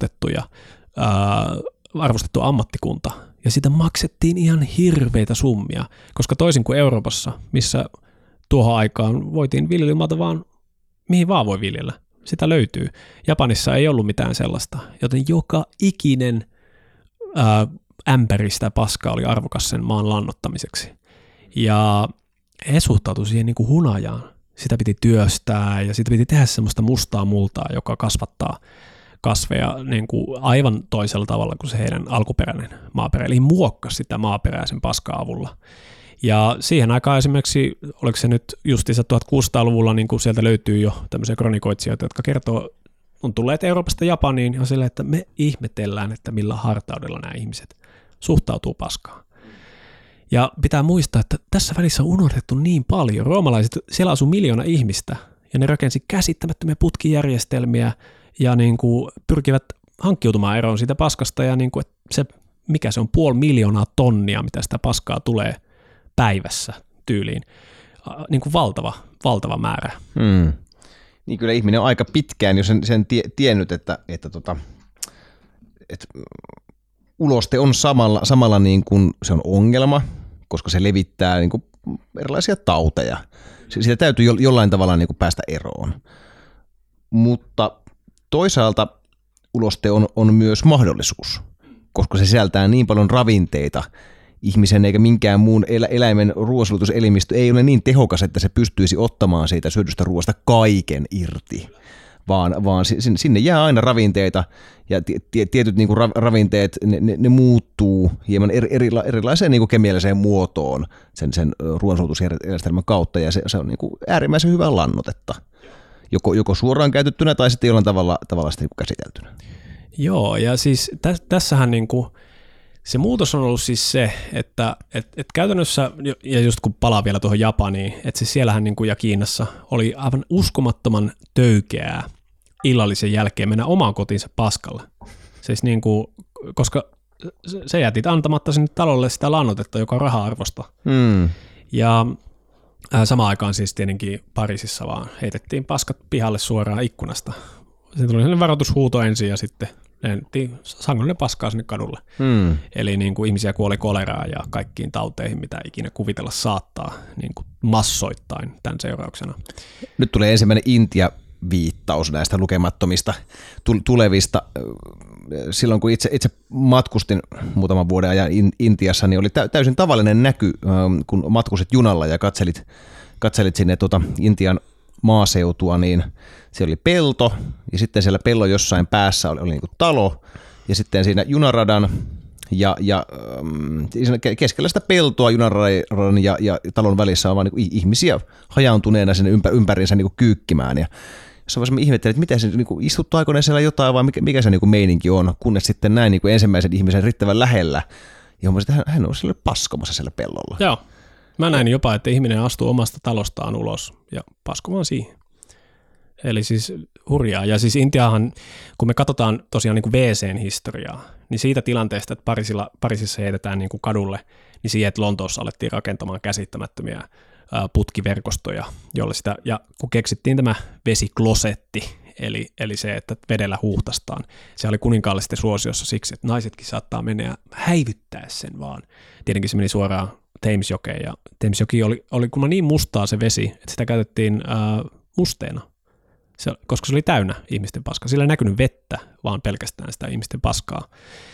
arvostettu ammattikunta, ja sitä maksettiin ihan hirveitä summia, koska toisin kuin Euroopassa, missä tuohon aikaan voitiin viljelymaata vaan, mihin vaan voi viljellä, sitä löytyy. Japanissa ei ollut mitään sellaista, joten joka ikinen ämpäristä paskaa oli arvokas sen maan lannoittamiseksi. Ja he suhtautuivat siihen niin kuin hunajaan. Sitä piti työstää ja sitä piti tehdä semmoista mustaa multaa, joka kasvattaa kasveja niin kuin aivan toisella tavalla kuin se heidän alkuperäinen maaperä. Eli muokkasi sitä maaperää sen paska-avulla. Ja siihen aikaan esimerkiksi, oliko se nyt justiinsa 1600-luvulla, niin kuin sieltä löytyy jo tämmöisiä kronikoitsijoita, jotka kertoo, on tulleet Euroopasta Japaniin, ja silleen, että me ihmetellään, että millä hartaudella nämä ihmiset suhtautuu paskaan. Ja pitää muistaa, että tässä välissä on unohdettu niin paljon. Roomalaiset, siellä asui 1 miljoona ihmistä, ja ne rakensi käsittämättömiä putkijärjestelmiä, ja niin kuin pyrkivät hankkiutumaan eroon siitä paskasta, ja niin kuin, että se, mikä se on, 500 000 tonnia, mitä sitä paskaa tulee päivässä tyyliin. Niin kuin valtava määrä. Niin kyllä ihminen on aika pitkään jo sen tiennyt, että uloste on samalla niin kuin se on ongelma, koska se levittää niin kuin erilaisia tauteja. Siitä täytyy jollain tavalla niin kuin päästä eroon. Mutta toisaalta uloste on myös mahdollisuus, koska se sisältää niin paljon ravinteita. Ihmisen eikä minkään muun eläimen ruoansulutuselimistö ei ole niin tehokas, että se pystyisi ottamaan siitä syödystä ruoasta kaiken irti, vaan sinne jää aina ravinteita, ja tietyt niin kuin ravinteet, ne muuttuu hieman erilaiseen niin kuin kemialliseen muotoon sen ruoansulutusjärjestelmän kautta, ja se on niin kuin äärimmäisen hyvää lannoitetta, joko suoraan käytettynä tai sitten jollain tavalla sitten niin kuin käsiteltynä. Joo, ja siis tässähän niin kuin se muutos on ollut siis se, että käytännössä, ja just kun palaa vielä tuohon Japaniin, että siis siellähän niin kuin ja Kiinassa oli aivan uskomattoman töykeää illallisen jälkeen mennä omaan kotiinsa paskalle. Siis niin kuin, koska se jätit antamatta sinne talolle sitä lannoitetta, joka on raha-arvosta. Ja samaan aikaan siis tietenkin Pariisissa vaan heitettiin paskat pihalle suoraan ikkunasta. Sitten tuli sellainen varoitushuuto ensin ja sitten lennettiin sangollinen paskaa sinne kadulle. Eli niin kuin ihmisiä kuoli koleraan ja kaikkiin tauteihin, mitä ikinä kuvitella saattaa niin kuin massoittain tämän seurauksena. Nyt tulee ensimmäinen Intia-viittaus näistä lukemattomista tulevista. Silloin kun itse matkustin muutaman vuoden ajan Intiassa, niin oli täysin tavallinen näky, kun matkusit junalla ja katselit sinne Intian maaseutua, niin siellä oli pelto, ja sitten siellä pellon jossain päässä oli niin kuin talo, ja sitten siinä junaradan ja keskellä sitä peltoa junaradan ja talon välissä on vaan niin ihmisiä hajaantuneena sinne ympäriinsä niin kuin kyykkimään, ja jossain vaiheessa mä ihmettelin, että miten se niin kuin istuttaako ne siellä jotain, vai mikä se niin kuin meininki on, kunnes sitten näin niin kuin ensimmäisen ihmisen riittävän lähellä, ja huomasin, että hän on siellä paskomassa siellä pellolla. Joo. Mä näin jopa, että ihminen astuu omasta talostaan ulos ja paskomaan siihen. Eli siis hurjaa. Ja siis Intiahan, kun me katsotaan tosiaan niin kuin WC:n historiaa, niin siitä tilanteesta, että Pariisissa heitetään niin kuin kadulle, niin siihen, että Lontoossa alettiin rakentamaan käsittämättömiä putkiverkostoja, jolle sitä, ja kun keksittiin tämä vesiklosetti, eli se, että vedellä huuhtastaan, se oli kuninkaallisesti suosiossa siksi, että naisetkin saattaa mennä ja häivyttää sen vaan. Tietenkin se meni suoraan Thamesjokeen, ja Thamesjoki oli kun niin mustaa se vesi, että sitä käytettiin musteena, koska se oli täynnä ihmisten paskaa. Sillä ei näkynyt vettä, vaan pelkästään sitä ihmisten paskaa.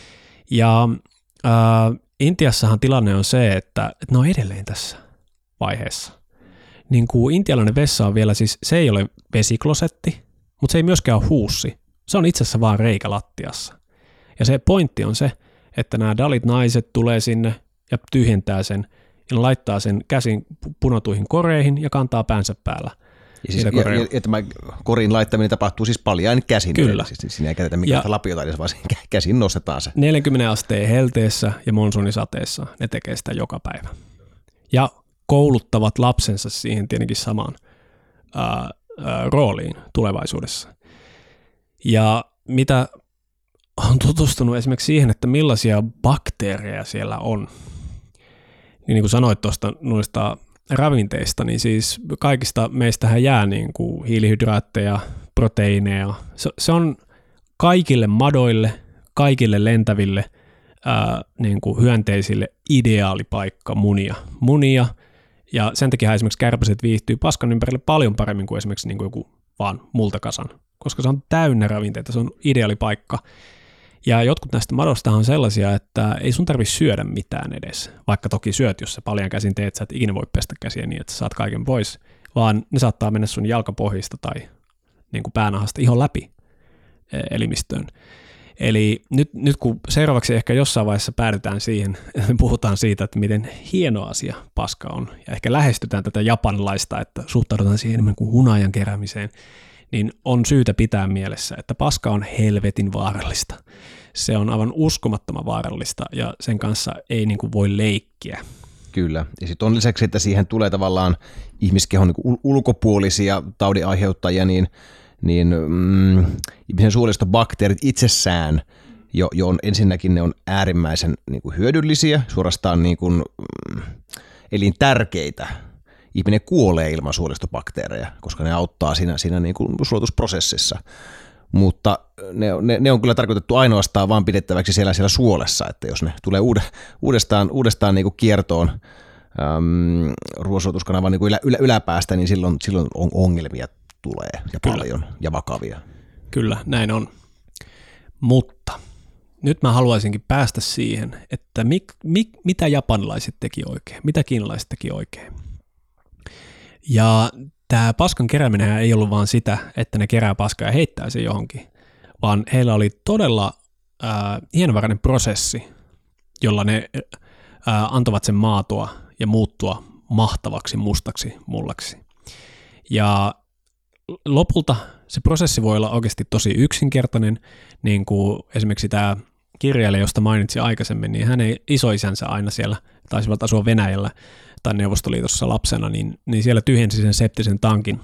Ja Intiassahan tilanne on se, että ne on edelleen tässä vaiheessa. niin kuin intialainen vessa on vielä siis, se ei ole vesiklosetti, mutta se ei myöskään ole huussi. Se on itse asiassa vaan reikä lattiassa. Ja se pointti on se, että nämä dalit naiset tulee sinne ja tyhjentää sen ja laittaa sen käsin punotuihin koreihin ja kantaa päänsä päällä. Ja, siis, ja tämä korin laittaminen tapahtuu siis paljain käsin. Kyllä. Siis siinä ei käytetä mikään lapiota edes, vaan käsin nostetaan se. 40 asteen helteessä ja monsuunisateessa ne tekee sitä joka päivä. Ja kouluttavat lapsensa siihen tietenkin samaan rooliin tulevaisuudessa. Ja mitä on tutustunut esimerkiksi siihen, että millaisia bakteereja siellä on, niin kuin sanoit tuosta noista ravinteista, niin siis kaikista meistähän jää niin kuin hiilihydraatteja, proteiineja. Se on kaikille madoille, kaikille lentäville niin kuin hyönteisille ideaali paikka munia. Ja sen takia esimerkiksi kärpäset viihtyy paskan ympärille paljon paremmin kuin esimerkiksi niin kuin joku vaan multakasan, koska se on täynnä ravinteita, se on ideaali paikka. Ja jotkut näistä madoista on sellaisia, että ei sun tarvitse syödä mitään edes, vaikka toki syöt, jos sä paljon käsin teet, sä et ikinä voi pestä käsiä niin, että sä saat kaiken pois, vaan ne saattaa mennä sun jalkapohjista tai niin kuin päänahasta ihan läpi elimistöön. Eli nyt kun seuraavaksi ehkä jossain vaiheessa päädytään siihen, puhutaan siitä, että miten hieno asia paska on, ja ehkä lähestytään tätä japanilaista, että suhtaudutaan siihen enemmän kuin hunajan keräämiseen, niin on syytä pitää mielessä, että paska on helvetin vaarallista. Se on aivan uskomattoman vaarallista, ja sen kanssa ei niin kuin voi leikkiä. Kyllä, ja sitten on lisäksi, että siihen tulee tavallaan ihmiskehon niin ulkopuolisia taudin aiheuttajia, niin ihmisen suolistobakteerit itsessään jo on ensinnäkin ne on äärimmäisen niin kuin hyödyllisiä, suorastaan niin kuin, elintärkeitä. Ihminen kuolee ilman suolistobakteereja, koska ne auttaa siinä niin kuin sulatusprosessissa, mutta ne on kyllä tarkoitettu ainoastaan vaan pidettäväksi siellä suolessa, että jos ne tulee uudestaan niin kuin kiertoon ruoansulaituskanavan niin kuin yläpäästä, niin silloin on ongelmia tulee ja kyllä. Paljon ja vakavia. Kyllä, näin on. Mutta nyt mä haluaisinkin päästä siihen, että mitä japanilaiset teki oikein, mitä kiinalaiset teki oikein. Ja tämä paskan kerääminen ei ollut vaan sitä, että ne kerää paskaa ja heittää sen johonkin, vaan heillä oli todella hienovarainen prosessi, jolla ne antavat sen maatua ja muuttua mahtavaksi mustaksi mullaksi. Ja lopulta se prosessi voi olla oikeasti tosi yksinkertainen, niin kuin esimerkiksi tämä kirjailija, josta mainitsin aikaisemmin, niin hänen isoisänsä aina siellä taisivat asua Venäjällä tai Neuvostoliitossa lapsena, niin siellä tyhjensi sen septisen tankin.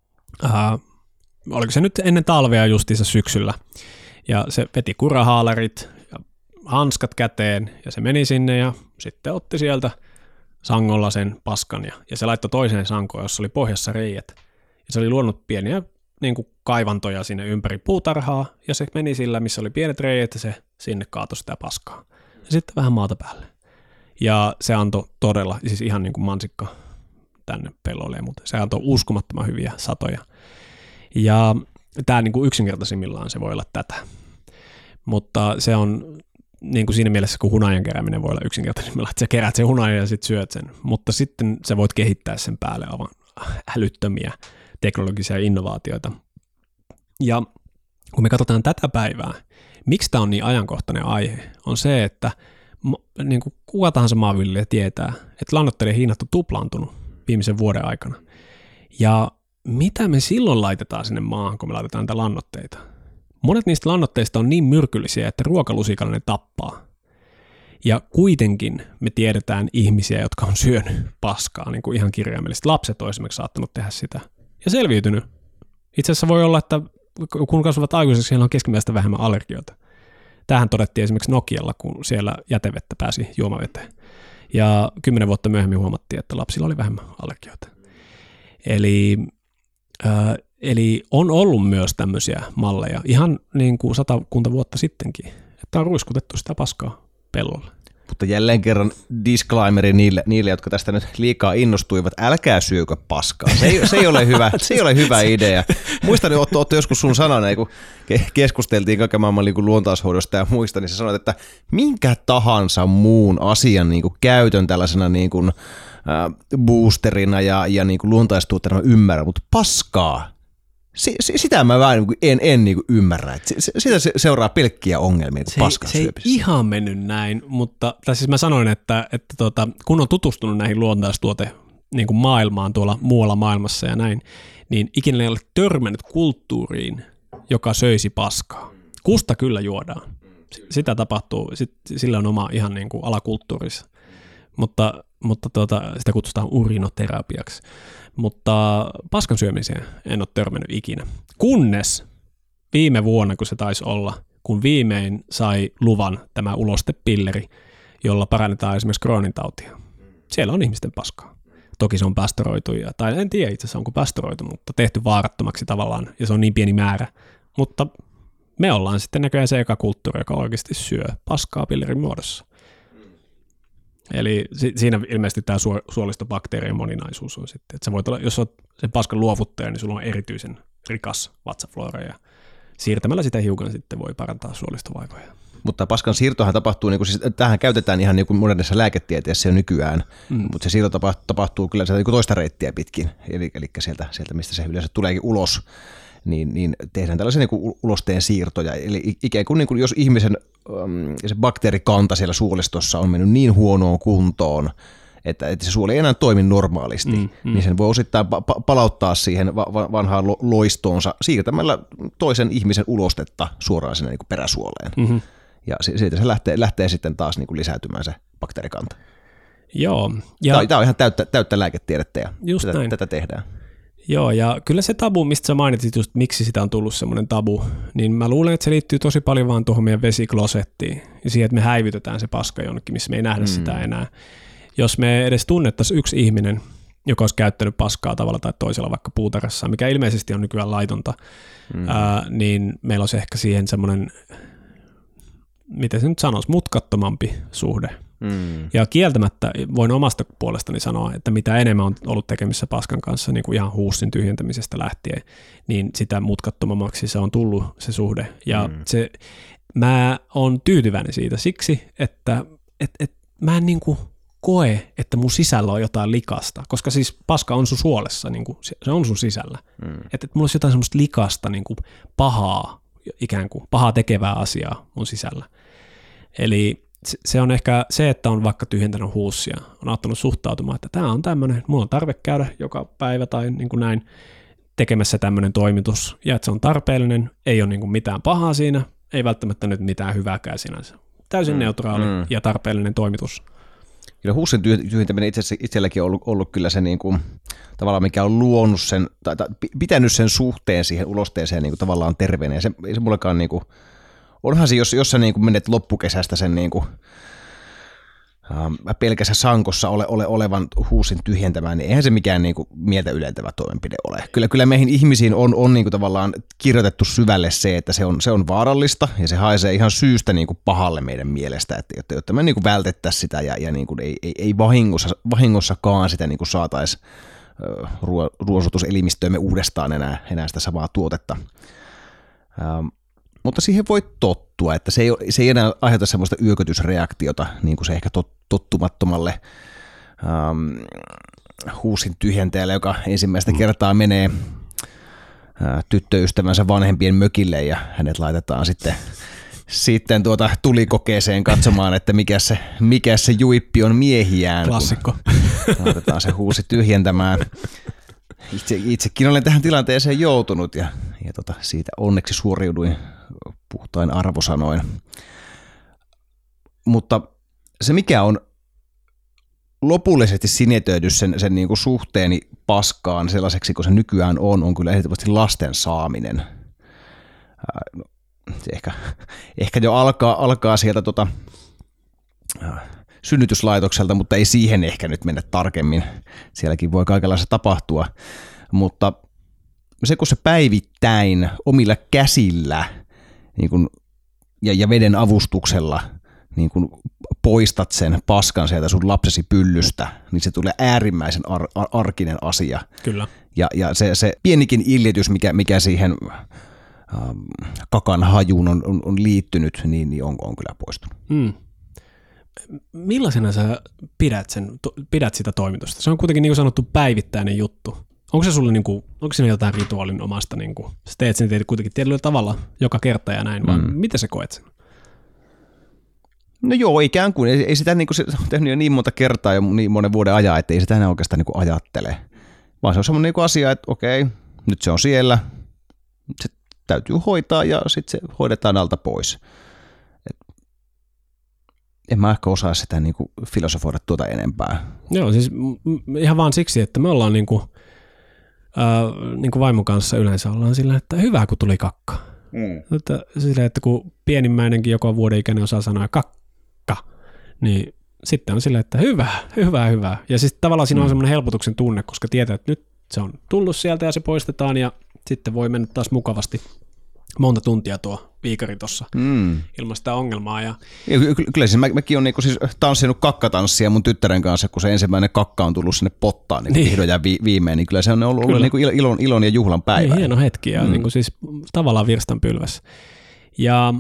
Oliko se nyt ennen talvea justiinsa syksyllä, ja se veti kurahaalarit ja hanskat käteen, ja se meni sinne ja sitten otti sieltä sangolla sen paskan, ja se laittoi toiseen sankoon, jossa oli pohjassa reijät. Ja se oli luonut pieniä niin kuin kaivantoja sinne ympäri puutarhaa, ja se meni sillä, missä oli pienet reijät, ja se sinne kaatoi sitä paskaa. Ja sitten vähän maata päälle. Ja se antoi todella, siis ihan niin kuin mansikka tänne pellolle, mutta se antoi uskomattoman hyviä satoja. Ja tämä niin kuin yksinkertaisimmillaan se voi olla tätä. Mutta se on niin kuin siinä mielessä, kun hunajan kerääminen voi olla yksinkertaisimmillaan, että sä keräät sen hunajan ja sitten syöt sen. Mutta sitten sä voit kehittää sen päälle aivan älyttömiä teknologisia innovaatioita. Ja kun me katsotaan tätä päivää, miksi tämä on niin ajankohtainen aihe, on se, että niin kuin kuka tahansa maanviljelijä tietää, että lannoitteiden hinnat on tuplaantunut viimeisen vuoden aikana. Ja mitä me silloin laitetaan sinne maahan, kun me laitetaan näitä lannoitteita? Monet niistä lannoitteista on niin myrkyllisiä, että ruokalusikalla ne tappaa. Ja kuitenkin me tiedetään ihmisiä, jotka on syönyt paskaa, niin kuin ihan kirjaimellisesti. Lapset on esimerkiksi saattanut tehdä sitä ja selviytynyt. Itse asiassa voi olla, että kun kasvavat aikuiseksi, siellä on keskimääräistä vähemmän allergioita. Tämähän todettiin esimerkiksi Nokialla, kun siellä jätevettä pääsi juomaveteen. Ja 10 vuotta myöhemmin huomattiin, että lapsilla oli vähemmän allergioita. Eli on ollut myös tämmöisiä malleja, ihan niin kuin 100 vuotta sittenkin, että on ruiskutettu sitä paskaa pellolle. Mutta jälleen kerran disclaimeri niille, jotka tästä nyt liikaa innostuivat, älkää syökö paskaa. Se ei ole hyvä, se ei ole hyvä idea. Muistan, Otto joskus sun sanana, kun keskusteltiin kaiken maailman niin luontaishoidosta ja muista, niin sä sanoit, että minkä tahansa muun asian niin kuin käytön tällaisena niin kuin, boosterina ja niin kuin luontaistuotteena ymmärrän, mutta paskaa, sitä mä vähän en niin kuin ymmärrä. Sitä seuraa pelkkiä ongelmia paskan syömisessä. Se ei ihan mennyt näin, mutta siis mä sanoin, että kun on tutustunut näihin luontaistuote niin kuin maailmaan tuolla muualla maailmassa ja näin, niin ikinä ei ole törmännyt kulttuuriin, joka söisi paskaa. Kusta kyllä juodaan. Sitä tapahtuu, sillä on oma ihan niin kuin alakulttuurissa. Mutta sitä kutsutaan urinoterapiaksi. Mutta paskan syömiseen en ole törmännyt ikinä. Kunnes viime vuonna, kun se taisi olla, kun viimein sai luvan tämä ulostepilleri, jolla parannetaan esimerkiksi Crohnin tautia. Siellä on ihmisten paskaa. Toki se on pastoroitu, tai en tiedä itse asiassa onko pastoroitu, mutta tehty vaarattomaksi tavallaan, ja se on niin pieni määrä. Mutta me ollaan sitten näköjään se eka kulttuuri, joka oikeasti syö paskaa pillerin muodossa. Eli siinä ilmeisesti tämä suolistobakteerien moninaisuus on sitten, että sä voit olla, jos olet sen paskan luovuttaja, niin sulla on erityisen rikas vatsaflora ja siirtämällä sitä hiukan sitten voi parantaa suolistovaivoja. Mutta paskan siirtohan tapahtuu, niin kuin, siis, tämähän käytetään ihan niin kuin modernissa lääketieteessä jo nykyään, mutta se siirto tapahtuu kyllä niin kuin toista reittiä pitkin, eli sieltä mistä se yleensä tuleekin ulos. Niin tehdään tällaisia niin ulosteen siirtoja. Eli ikään kuin, jos ihmisen se bakteerikanta siellä suolistossa on mennyt niin huonoon kuntoon, että se suoli ei enää toimi normaalisti, niin sen voi osittain palauttaa siihen vanhaan loistoonsa siirtämällä toisen ihmisen ulostetta suoraan sinne niin kuin peräsuoleen. Mm-hmm. Ja siitä se lähtee sitten taas niin kuin lisääntymään se bakteerikanta. Joo. Tämä on ihan täyttä lääketiedettä ja tätä tehdään. Joo, ja kyllä se tabu, mistä sä mainitsit just, miksi sitä on tullut semmoinen tabu, niin mä luulen, että se liittyy tosi paljon vaan tuohon meidän vesiklosettiin ja siihen, että me häivytetään se paska jonnekin, missä me ei nähdä sitä enää. Jos me edes tunnettaisiin yksi ihminen, joka olisi käyttänyt paskaa tavalla tai toisella vaikka puutarhassa, mikä ilmeisesti on nykyään laitonta, niin meillä olisi ehkä siihen semmoinen, miten se nyt sanoisi, mutkattomampi suhde. Ja kieltämättä voin omasta puolestani sanoa, että mitä enemmän on ollut tekemissä paskan kanssa niin kuin ihan huussin tyhjentämisestä lähtien, niin sitä mutkattomammaksi se on tullut se suhde. Ja mä oon tyytyväinen siitä siksi, että mä en niin kuin koe, että mun sisällä on jotain likasta, koska siis paska on sun suolessa, niin kuin se on sun sisällä. Että mulla olisi jotain semmoista likasta, niin kuin pahaa, ikään kuin pahaa tekevää asiaa mun sisällä. Eli se on ehkä se, että on vaikka tyhjentänyt huussia, on auttanut suhtautumaan, että tämä on tämmöinen, mulla on tarve käydä joka päivä tai niin kuin näin tekemässä tämmöinen toimitus, ja että se on tarpeellinen, ei ole niin kuin mitään pahaa siinä, ei välttämättä nyt mitään hyvääkään sinänsä. Täysin neutraali ja tarpeellinen toimitus. Kyllä huussin tyhjentäminen itselläkin on ollut kyllä se niin kuin, tavallaan mikä on luonut sen, tai pitänyt sen suhteen siihen ulosteeseen niin kuin, tavallaan terveenä, ja se mullekaan niin kuin, onhan se, jos sä niin kuin menet loppukesästä sen niin kuin, pelkässä sankossa olevan huussin tyhjentämään, niin eihän se mikään niin kuin mieltä ylentävä toimenpide ole. Kyllä meihin ihmisiin on niin kuin tavallaan kirjoitettu syvälle se, että se on vaarallista ja se haisee ihan syystä niin kuin pahalle meidän mielestä, jotta me niin kuin vältettäisiin sitä ja niin kuin ei vahingossakaan sitä niin kuin saataisiin ruoansuotuselimistöömme uudestaan enää sitä samaa tuotetta. Mutta siihen voi tottua, että se ei enää aiheuta semmoista yökötysreaktiota, niin kuin se ehkä tottumattomalle huussin tyhjentäjälle, joka ensimmäistä kertaa menee tyttöystävänsä vanhempien mökille ja hänet laitetaan sitten tulikokeeseen katsomaan, että mikä se juippi on miehiään. Klassikko. Laitetaan se huussi tyhjentämään. Itsekin olen tähän tilanteeseen joutunut ja siitä onneksi suoriuduin puhtain arvosanoin. Mutta se mikä on lopullisesti sinetöity sen niin kuin suhteeni paskaan sellaiseksi, kun se nykyään on kyllä ehdottomasti lasten saaminen. Se ehkä jo alkaa sieltä synnytyslaitokselta, mutta ei siihen ehkä nyt mennä tarkemmin. Sielläkin voi kaikenlaista tapahtua, mutta se kun se päivittäin omilla käsillä niin kun, ja veden avustuksella niin kun poistat sen paskan sieltä sun lapsesi pyllystä, niin se tulee äärimmäisen arkinen asia. Kyllä. Ja se pienikin iljitys, mikä siihen kakan hajuun on liittynyt, niin on kyllä poistunut. Millaisena sä pidät sitä toimitusta? Se on kuitenkin niin kuin sanottu päivittäinen juttu. Onko se sulle onko siinä jotain rituaalin omasta, sä teet sen kuitenkin tietyllä tavalla joka kerta ja näin, vaan miten sä koet sen? No joo, ikään kuin. Ei sitä se on tehnyt jo niin monta kertaa ja niin monen vuoden ajan, että ei sitä enää oikeastaan ajattele. Vaan se on semmoinen asia, että okei, nyt se on siellä, se täytyy hoitaa ja sitten se hoidetaan alta pois. En mä ehkä osaa sitä filosofoida tuota enempää. Joo, siis ihan vaan siksi, että me ollaan vaimon kanssa yleensä ollaan sillä, että hyvä kun tuli kakka. Että kun pienimmäinenkin joka vuoden ikäinen osaa sanoa kakka, niin sitten on sillä, että hyvä. Ja siis tavallaan siinä on semmoinen helpotuksen tunne, koska tietää, että nyt se on tullut sieltä ja se poistetaan ja sitten voi mennä taas mukavasti monta tuntia tuo viikari tuossa ilman sitä ongelmaa. Ja kyllä siis mäkin olen siis tanssinut kakkatanssia mun tyttären kanssa, kun se ensimmäinen kakka on tullut sinne pottaan vihdoin ja viimein, niin kyllä se on ollut ilon ja juhlan päivä. Hieno hetki ja siis tavallaan virstanpylväs. Ja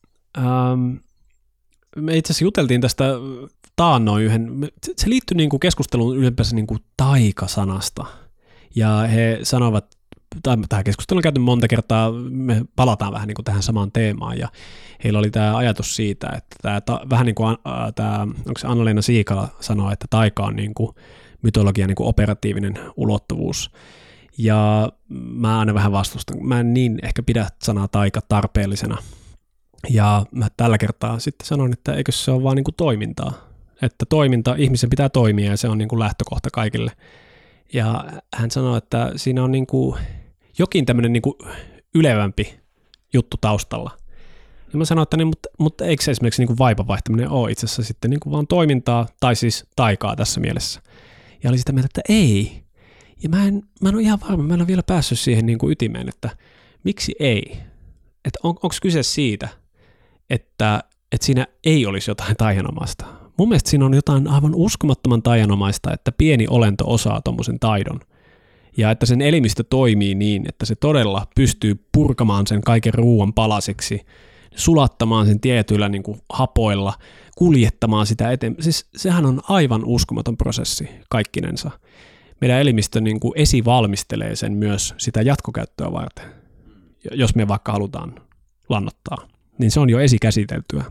me itse asiassa juteltiin tästä taannoin se liittyy keskusteluun ylipäänsä taikasanasta. Ja he sanovat, tämä keskustelu on käyty monta kertaa, me palataan vähän tähän samaan teemaan, ja heillä oli tämä ajatus siitä, että vähän niin kuin onko se Anna-Leena Siikala sanoo, että taika on mytologian operatiivinen ulottuvuus, ja mä aina vähän vastustan, mä en niin ehkä pidä sanaa taika tarpeellisena, ja mä tällä kertaa sitten sanon, että eikö se ole vaan toimintaa, että ihmisen pitää toimia, ja se on lähtökohta kaikille. Ja hän sanoi, että siinä on jokin tämmöinen ylevämpi juttu taustalla. Ja mä sanoin, että mutta eikö se esimerkiksi vaipan vaihtaminen ole itse asiassa sitten vaan toimintaa tai siis taikaa tässä mielessä. Ja oli sitä mieltä, että ei. Ja mä en ole ihan varma, mä en ole vielä päässyt siihen ytimeen, että miksi ei. Että onko kyse siitä, että siinä ei olisi jotain taianomaista. Mun mielestä siinä on jotain aivan uskomattoman taianomaista, että pieni olento osaa tommosen taidon. Ja että sen elimistö toimii niin, että se todella pystyy purkamaan sen kaiken ruuan palasiksi, sulattamaan sen tietyillä hapoilla, kuljettamaan sitä eteenpäin. Siis sehän on aivan uskomaton prosessi kaikkinensa. Meidän elimistö esivalmistelee sen myös sitä jatkokäyttöä varten. Jos me vaikka halutaan lannottaa, niin se on jo esikäsiteltyä.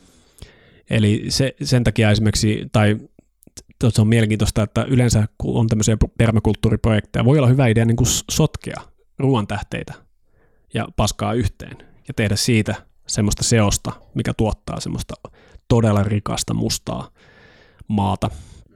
Eli sen takia esimerkiksi, tai se on mielenkiintoista, että yleensä kun on tämmöisiä permakulttuuriprojekteja, voi olla hyvä idea sotkea ruoantähteitä ja paskaa yhteen ja tehdä siitä semmoista seosta, mikä tuottaa semmoista todella rikasta mustaa maata.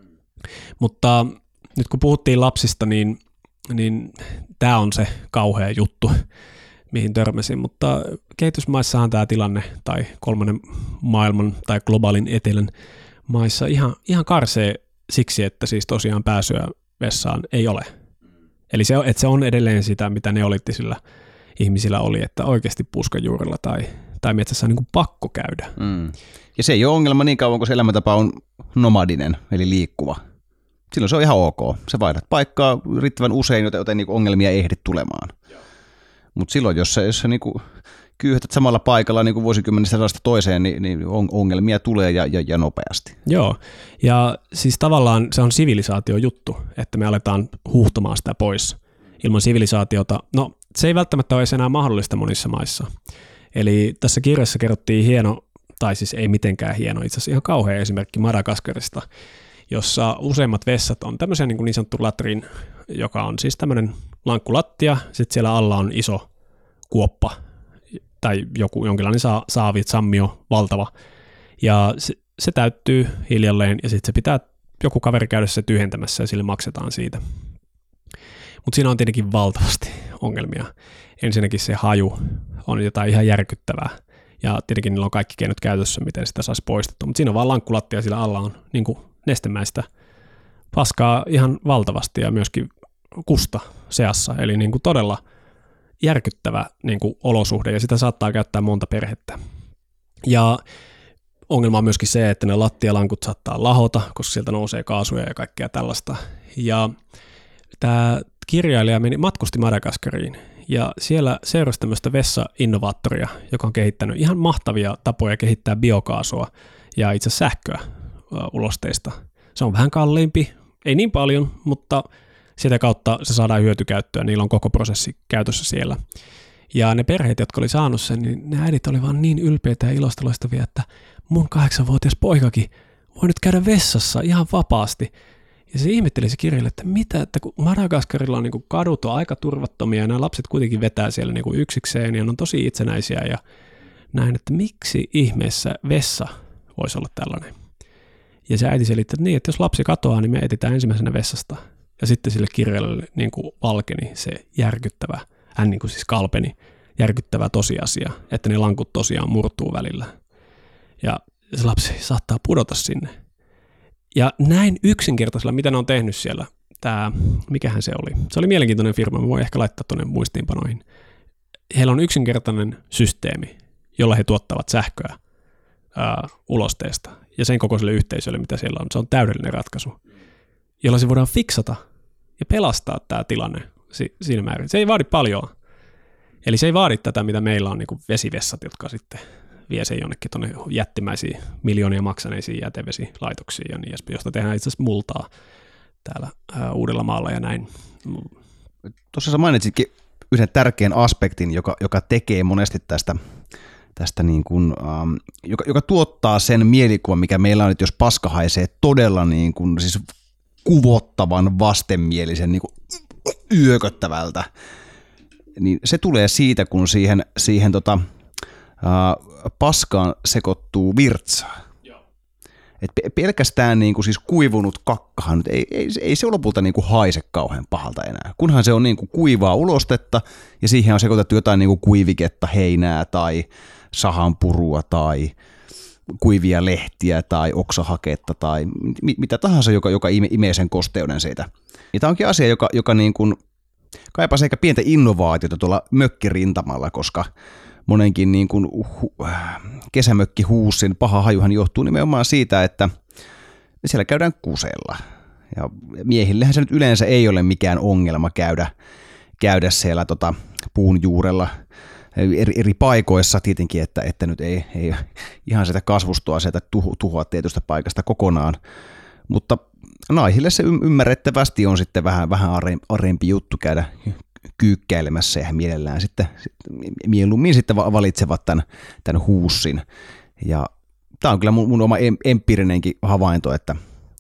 Mutta nyt kun puhuttiin lapsista, niin tämä on se kauhea juttu, mihin törmäsin, mutta kehitysmaissahan tämä tilanne, tai kolmannen maailman tai globaalin etelän maissa ihan karsee siksi, että siis tosiaan pääsyä vessaan ei ole. Eli se on edelleen sitä, mitä neoliittisilla ihmisillä oli, että oikeasti puskanjuurella tai metsässä on pakko käydä. Ja se ei ole ongelma niin kauan, kun se elämäntapa on nomadinen, eli liikkuva. Silloin se on ihan ok. Sä vaihdat paikkaa riittävän usein, joten ongelmia ei ehdi tulemaan. Mutta silloin, jos sä kyyhätät samalla paikalla vuosikymmenistä sadasta toiseen, niin ongelmia tulee ja nopeasti. Joo, ja siis tavallaan se on sivilisaatiojuttu, että me aletaan huuhtomaan sitä pois ilman sivilisaatiota. No, se ei välttämättä ole enää mahdollista monissa maissa. Eli tässä kirjassa kerrottiin hieno, tai siis ei mitenkään hieno, itse asiassa ihan kauhea esimerkki Madagaskarista, jossa useimmat vessat on tämmöisen niin sanottu latrin, joka on siis tämmöinen lankkulattia, sitten siellä alla on iso kuoppa tai jonkinlainen saavi, sammio, valtava, ja se täyttyy hiljalleen, ja sitten se pitää joku kaveri käydä se tyhjentämässä, ja sille maksetaan siitä. Mutta siinä on tietenkin valtavasti ongelmia. Ensinnäkin se haju on jotain ihan järkyttävää, ja tietenkin niillä on kaikki keinot käytössä, miten sitä saisi poistettua, mutta siinä on vaan lankkulattia, sillä alla on nestemäistä paskaa ihan valtavasti, ja myöskin kusta seassa, eli todella järkyttävä olosuhde, ja sitä saattaa käyttää monta perhettä. Ja ongelma on myöskin se, että ne lattialankut saattaa lahota, koska sieltä nousee kaasuja ja kaikkea tällaista. Ja tämä kirjailija matkusti Madagaskariin ja siellä seurasi tämmöistä vessa-innovaattoria, joka on kehittänyt ihan mahtavia tapoja kehittää biokaasua ja itse sähköä ulosteista. Se on vähän kalliimpi, ei niin paljon, mutta sitä kautta se saadaan hyötykäyttöä, niillä on koko prosessi käytössä siellä. Ja ne perheet, jotka oli saanut sen, niin ne äidit oli vaan niin ylpeitä ja ilosta loistavia, että mun 8-vuotias poikakin voi nyt käydä vessassa ihan vapaasti. Ja se ihmetteli se kirjalle, että mitä, että kun Madagaskarilla on niin kadut on aika turvattomia ja nämä lapset kuitenkin vetää siellä niin yksikseen ja ne on tosi itsenäisiä ja näin, että miksi ihmeessä vessa voisi olla tällainen. Ja se äiti selitti, että niin, että jos lapsi katoaa, niin me etsitään ensimmäisenä vessasta. Ja sitten sille kirjalle niin kuin valkeni se järkyttävä, hän niin kuin siis kalpeni, järkyttävä tosiasia, että ne lankut tosiaan murtuu välillä. Ja se lapsi saattaa pudota sinne. Ja näin yksinkertaisella, mitä ne on tehnyt siellä, mikähän se oli? Se oli mielenkiintoinen firma, mä voin ehkä laittaa tuonne muistiinpanoihin. Heillä on yksinkertainen systeemi, jolla he tuottavat sähköä ulosteesta ja sen kokoiselle yhteisölle, mitä siellä on. Se on täydellinen ratkaisu, jolla se voidaan fiksata ja pelastaa tämä tilanne siinä määrin. Se ei vaadi paljon. Eli se ei vaadi tätä, mitä meillä on niin kuin vesivessat, jotka sitten vie sen jonnekin tuonne jättimäisiin miljoonia maksaneisiin jätevesilaitoksiin ja niin edespäin, josta tehdään itse asiassa multaa täällä Uudellamaalla ja näin. Tuossa sä mainitsitkin yhden tärkeän aspektin, joka tekee monesti tästä niin kuin, joka tuottaa sen mielikuvan, mikä meillä on, että jos paska haisee todella niin kuin, siis kuvottavan vastenmielisen niin kuin yököttävältä, niin se tulee siitä, kun siihen paskaan sekoittuu virtsaa. Et pelkästään niin kuin siis kuivunut kakkahan, ei se lopulta niin kuin haise kauhean pahalta enää, kunhan se on niin kuin kuivaa ulostetta ja siihen on sekoitettu jotain niin kuin kuiviketta, heinää tai sahanpurua tai kuivia lehtiä tai oksahaketta tai mitä tahansa, joka imee sen kosteuden siitä. Ja tämä onkin asia, joka niin kuin kaipaa ehkä pientä innovaatiota tuolla mökkirintamalla, koska monenkin niin kuin kesämökkihuussin paha hajuhan johtuu nimenomaan siitä, että siellä käydään kusella. Ja miehillähän se nyt yleensä ei ole mikään ongelma käydä siellä puun juurella eri paikoissa tietenkin, että nyt ei ihan sitä kasvustoa sieltä tuhoa tietystä paikasta kokonaan, mutta naisille se ymmärrettävästi on sitten vähän arempi juttu käydä kyykkäilemässä ja mielellään mieluummin sitten valitsevat tämän huussin. Ja tämä on kyllä mun oma empiirinenkin havainto, että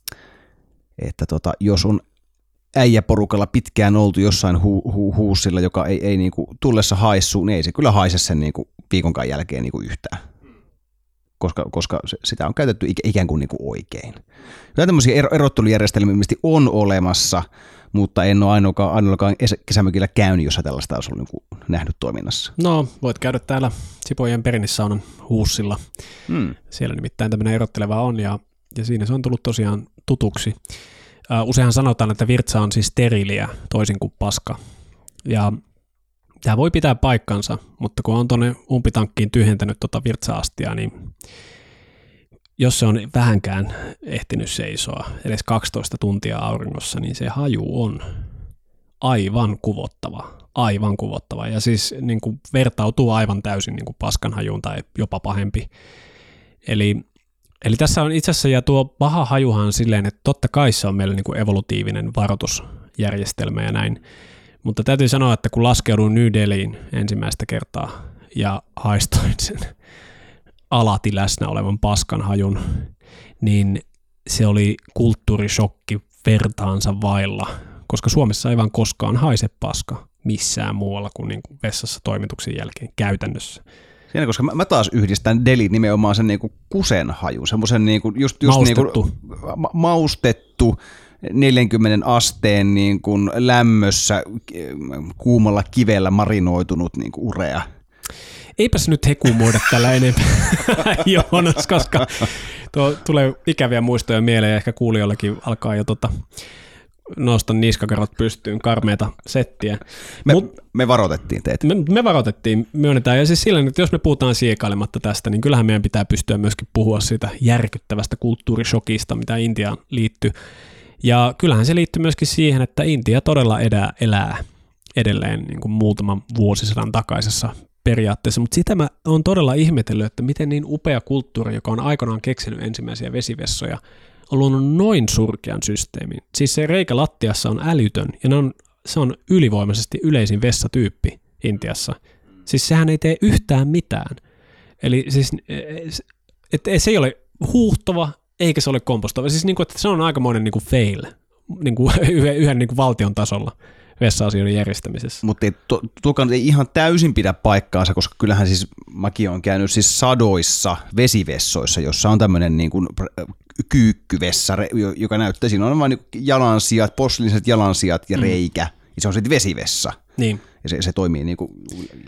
jos on äijäporukalla pitkään oltu jossain huussilla, joka ei niinku tullessa haissu, niin ei se kyllä haise sen niinku viikonkaan jälkeen niinku yhtään. Koska sitä on käytetty ikään kuin niinku oikein. Kyllä tämmöisiä erottelujärjestelmiä on olemassa, mutta en ole ainoakaan kesämökillä käynyt, jossa tällaista olisi ollut niin nähnyt toiminnassa. No, voit käydä täällä Sipojen perintissaunan huussilla. Siellä nimittäin tämmöinen erotteleva on, ja siinä se on tullut tosiaan tutuksi. Useinhan sanotaan, että virtsa on siis steriiliä, toisin kuin paska. Ja tämä voi pitää paikkansa, mutta kun on tuonne umpitankkiin tyhjentänyt virtsa-astiaa, niin jos se on vähänkään ehtinyt seisoa edes 12 tuntia auringossa, niin se haju on aivan kuvottava. Ja siis niin kuin vertautuu aivan täysin niin kuin paskan hajuun tai jopa pahempi. Eli tässä on itse asiassa, ja tuo paha hajuhan on silleen, että totta kai se on meillä niin kuin evolutiivinen varoitusjärjestelmä ja näin. Mutta täytyy sanoa, että kun laskeuduin New Delhiin ensimmäistä kertaa ja haistoin sen alati läsnä olevan paskan hajun, niin se oli kulttuurishokki vertaansa vailla, koska Suomessa ei vaan koskaan haise paska missään muualla kuin niinku vessassa toimituksen jälkeen käytännössä. Siinä, koska mä taas yhdistän Delhin nimenomaan sen niinku kusen haju, semmoisen niinku just maustettu. Niinku maustettu 40 asteen niin kuin lämmössä kuumalla kivellä marinoitunut niin kuin urea. Eipäs nyt hekumoida tällä enempää, Joonas, koska tulee ikäviä muistoja mieleen ja ehkä kuulijoillakin alkaa jo nostan niskakarvat pystyyn, karmeita settiä. Me varoitettiin teitä. Me varoitettiin, myönnetään. Ja siis sillä, että jos me puhutaan siekailematta tästä, niin kyllähän meidän pitää pystyä myöskin puhua siitä järkyttävästä kulttuurishokista, mitä Intiaan liittyy. Ja kyllähän se liittyy myöskin siihen, että Intia todella elää edelleen niin kuin muutaman vuosisadan takaisessa periaatteessa, mutta sitä mä oon todella ihmetellyt, että miten niin upea kulttuuri, joka on aikanaan keksinyt ensimmäisiä vesivessoja, on luonut noin surkean systeemin. Siis se reikä lattiassa on älytön ja se on ylivoimaisesti yleisin vessatyyppi Intiassa. Siis sehän ei tee yhtään mitään. Eli siis se ei ole huuhtova eikä se ole kompostova. Siis niinku, että se on aikamoinen niinku fail niinku yhden niinku valtion tasolla vessa-asioiden järjestämisessä. Mutta tuokaan ei ihan täysin pidä paikkaansa, koska kyllähän siis mäkin olen käynyt siis sadoissa vesivessoissa, jossa on tämmöinen niin kuin kyykkyvessa, joka näyttää, siinä on vain niin jalansijat, posliiniset jalansijat ja reikä, ja se on sitten vesivessa. Niin. Ja se toimii niin kuin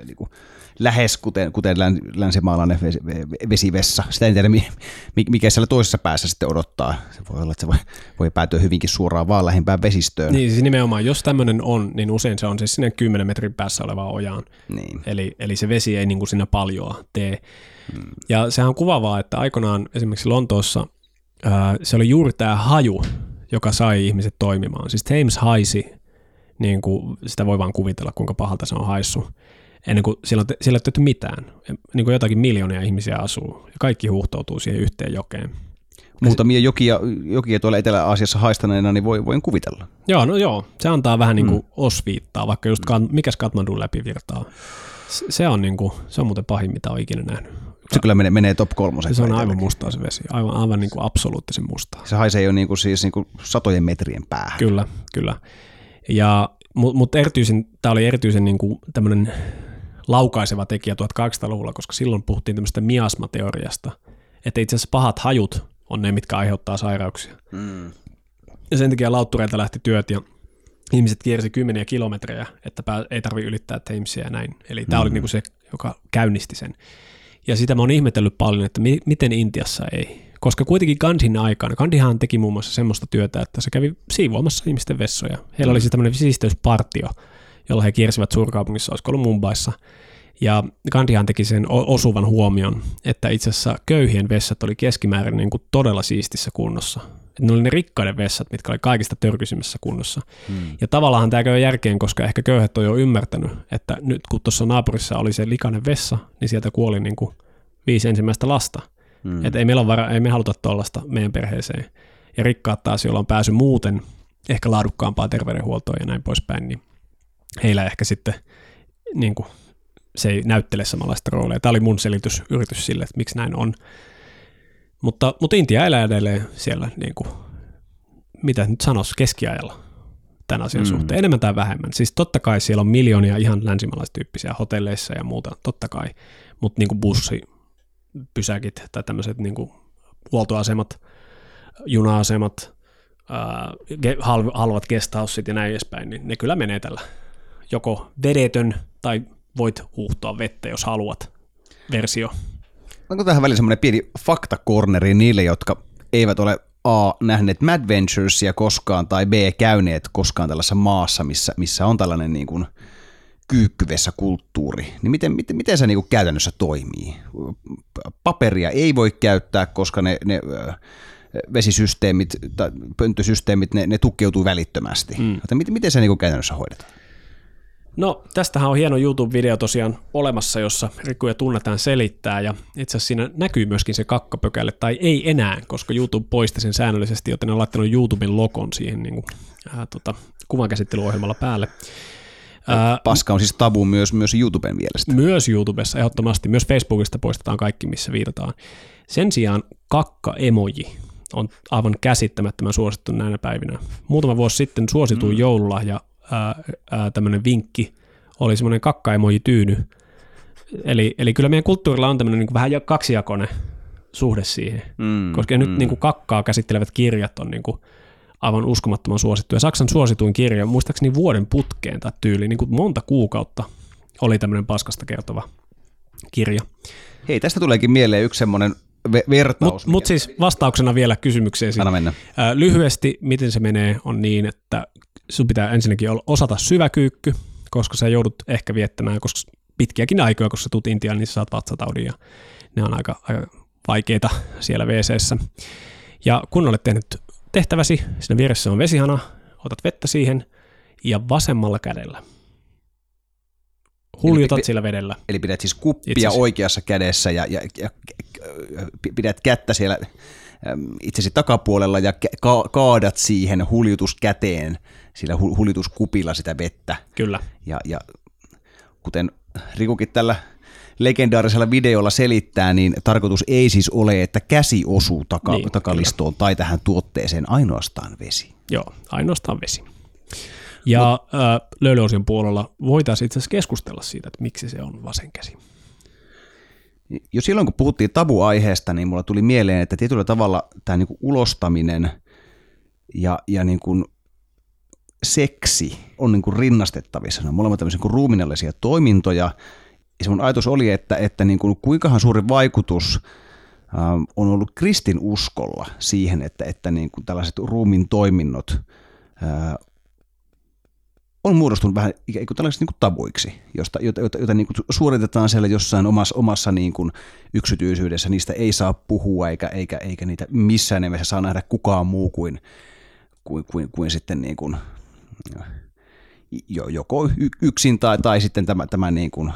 lähes kuten länsimaalainen vesivessa. Sitä en tiedä, mikä siellä toisessa päässä sitten odottaa. Se voi olla, että se voi päätyä hyvinkin suoraan vaan lähimpään vesistöön. Niin, siis nimenomaan, jos tämmöinen on, niin usein se on siis sinne 10 metrin päässä olevaan ojaan. Niin. Eli se vesi ei niin kuin siinä paljoa tee. Ja sehän on kuvaavaa, että aikanaan esimerkiksi Lontoossa se oli juuri tämä haju, joka sai ihmiset toimimaan. Siis Thames haisi, niin kuin sitä voi vaan kuvitella, kuinka pahalta se on haissut. Ennen kuin siellä ei tehty mitään. Niin kuin jotakin miljoonia ihmisiä asuu ja kaikki huuhtoutuu siihen yhteen jokeen. Muutamia jokia tuolla Etelä-Aasiassa haistaneena, niin voin kuvitella. Joo, se antaa vähän niin kuin osviittaa, vaikka just mikäs Kathmandun läpi virtaa. Se on muuten pahin, mitä on ikinä nähnyt. Se kyllä menee top 3. Se on aivan mustaa se vesi, aivan niin kuin absoluuttisen mustaa. Se haisee jo siis satojen metrien päähän. Kyllä. Mutta tämä oli erityisen niin kuin tämmöinen laukaiseva tekijä 1800-luvulla, koska silloin puhuttiin tämmöistä miasmateoriasta, että itse asiassa pahat hajut on ne, mitkä aiheuttaa sairauksia. Ja sen takia lauttureilta lähti työt ja ihmiset kiersi 10 kilometrejä, että ei tarvitse ylittää Thamesia ja näin. Eli tämä oli niinku se, joka käynnisti sen. Ja sitä mä oon ihmetellyt paljon, että miten Intiassa ei. Koska kuitenkin Gandhin aikana, Gandhihan teki muun muassa semmoista työtä, että se kävi siivoamassa ihmisten vessoja. Heillä oli siis tämmöinen sisteyspartio, jolla he kiersivät suurkaupungissa, olisiko ollut Mumbaissa. Ja Gandhihan teki sen osuvan huomion, että itse asiassa köyhien vessat oli keskimäärin niin kuin todella siistissä kunnossa. Että ne oli ne rikkaiden vessat, mitkä oli kaikista törkyisimmässä kunnossa. Ja tavallaan tämä käy järkeen, koska ehkä köyhät on jo ymmärtänyt, että nyt kun tuossa naapurissa oli se likainen vessa, niin sieltä kuoli niin kuin 5 ensimmäistä lasta. Että ei me haluta tuollaista meidän perheeseen. Ja rikkaat taas, joilla on pääsy muuten ehkä laadukkaampaa terveydenhuoltoa ja näin poispäin, niin heillä ehkä sitten niin kuin, se ei näyttele samanlaista roolia. Tämä oli mun yritys sille, että miksi näin on. Mutta Intia elää edelleen siellä, niin kuin, mitä nyt sanoisi, keskiajalla tämän asian suhteen. Enemmän tai vähemmän. Siis totta kai siellä on miljoonia ihan länsimaalaistyyppisiä hotelleissa ja muuta, totta kai. Mutta niin kuin bussipysäkit tai tämmöiset niin kuin huoltoasemat, juna-asemat, halvat guesthouset ja näin edespäin, niin ne kyllä menee tällä joko vedetön tai voit huuhtoa vettä, jos haluat versio. Onko tähän väliin semmoinen pieni faktakorneri niille, jotka eivät ole A, nähneet Mad Venturesia koskaan tai B, käyneet koskaan tällaisessa maassa, missä on tällainen niin kuin kyykkyvessä kulttuuri, niin miten se niin kuin käytännössä toimii? Paperia ei voi käyttää, koska ne vesisysteemit tai pönttösysteemit, ne tukkeutuu välittömästi. Miten se niin kuin käytännössä hoidetaan? No, tästähän on hieno YouTube-video tosiaan olemassa, jossa rikkuja tunnetaan selittää, ja itse asiassa siinä näkyy myöskin se kakkapökälle, tai ei enää, koska YouTube poisti sen säännöllisesti, joten ne on laittanut YouTuben logon siihen niin kuin, kuvankäsittelyohjelmalla päälle. Paska on siis tabu myös YouTuben mielestä. Myös YouTubessa, ehdottomasti. Myös Facebookista poistetaan kaikki, missä viitataan. Sen sijaan kakka-emoji on aivan käsittämättömän suosittu näinä päivinä. Muutama vuosi sitten suosituin joululahja tämmöinen vinkki oli semmoinen kakka-emoji-tyyny. Eli kyllä meidän kulttuurilla on tämmöinen niin vähän kaksijakoinen suhde siihen, koska nyt niin kuin kakkaa käsittelevät kirjat on niin kuin aivan uskomattoman suosittu. Ja Saksan suosituin kirja, muistaakseni vuoden putkeen tai tyyliin, niin kuin monta kuukautta oli tämmöinen paskasta kertova kirja. Hei, tästä tuleekin mieleen yksi semmoinen vertaus. Mutta siis vastauksena vielä kysymykseen. Anna mennä. Lyhyesti, miten se menee, on niin, että sun pitää ensinnäkin osata syväkyykky, koska sä joudut ehkä viettämään koska pitkiäkin aikoja, koska sä tuut Intiaan, niin sä saat vatsataudin ja ne on aika vaikeita siellä WC:ssä. Ja kun olet tehnyt tehtäväsi, siinä vieressä on vesihana, otat vettä siihen ja vasemmalla kädellä huljutat sillä vedellä. Eli pidät siis kuppia oikeassa kädessä ja pidät kättä siellä itsesi takapuolella ja kaadat siihen huljutuskäteen sillä huljutuskupilla sitä vettä. Kyllä. Ja kuten Rikukin tällä legendaarisella videolla selittää, niin tarkoitus ei siis ole, että käsi osuu takalistoon tai tähän tuotteeseen, ainoastaan vesi. Joo, ainoastaan vesi. Ja löylyosion puolella voitaisiin itse asiassa keskustella siitä, että miksi se on vasen käsi. Jo silloin, kun puhuttiin tabuaiheesta, niin mulla tuli mieleen, että tietyllä tavalla tämä niinku ulostaminen ja niinku seksi on niinku rinnastettavissa. Ne on molemmat tämmöisiä niinku ruumiinallisia toimintoja. Ja se mun ajatus oli, että niinku kuinkahan suuri vaikutus on ollut kristinuskolla siihen, että niinku tällaiset ruumiin toiminnot on muodostunut vähän ikään kuin tällaisiksi niin tabuiksi, jota niin kuin suoritetaan siellä jossain omassa niin kuin yksityisyydessä. Niistä ei saa puhua eikä niitä missään nimessä saa nähdä kukaan muu kuin sitten niin kuin, joko yksin tai sitten tämä niin kuin,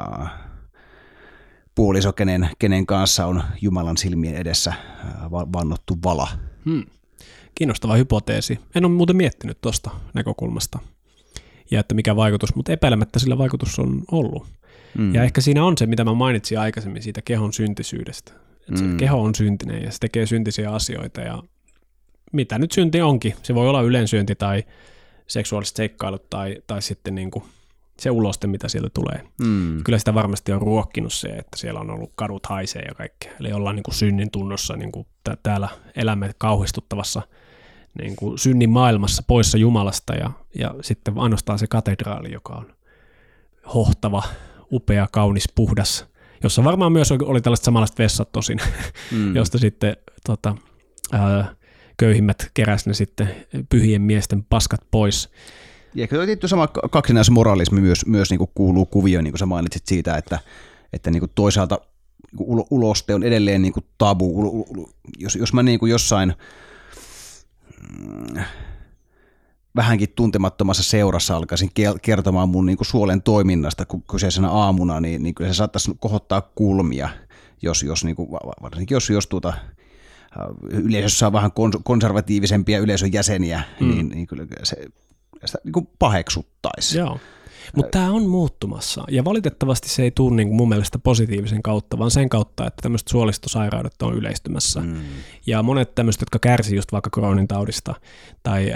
puoliso, kenen kanssa on Jumalan silmien edessä vannottu vala. Kiinnostava hypoteesi. En ole muuten miettinyt tuosta näkökulmasta. Ja että mikä vaikutus, mutta epäilemättä sillä vaikutus on ollut. Ja ehkä siinä on se, mitä mä mainitsin aikaisemmin siitä kehon syntisyydestä. Että se keho on syntinen ja se tekee syntisiä asioita ja mitä nyt synti onkin. Se voi olla ylensyönti tai seksuaaliset seikkailut tai sitten niin kuin se uloste, mitä sieltä tulee. Kyllä sitä varmasti on ruokkinut se, että siellä on ollut kadut haisee ja kaikkea. Eli ollaan niin kuin synnin tunnossa, niin kuin täällä elämme kauhistuttavassa niin kuin synnin maailmassa poissa Jumalasta ja sitten ainoastaan se katedraali, joka on hohtava, upea, kaunis, puhdas, jossa varmaan myös oli tällaiset samanlaiset vessat tosin, josta sitten köyhimmät keräsi ne sitten pyhien miesten paskat pois. Ja kyllä tietty sama kaksinaismoralismi myös niin kuin kuuluu kuvioon, niin kuin sä mainitsit siitä, että niin kuin toisaalta uloste on edelleen niin kuin tabu. Jos mä niin kuin jossain vähänkin tuntemattomassa seurassa alkaisin kertomaan mun niin kuin suolen toiminnasta kyseisenä aamuna, niin kyllä se saattaisi kohottaa kulmia, jos niin kuin, varsinkin jos yleisössä on vähän konservatiivisempia yleisön jäseniä, niin kyllä se sitä niin kuin paheksuttaisi. Joo. Mutta tämä on muuttumassa, ja valitettavasti se ei tule niin kuin mun mielestä positiivisen kautta, vaan sen kautta, että tämmöiset suolistosairaudet on yleistymässä. Ja monet tämmöiset, jotka kärsii just vaikka Crohnin taudista tai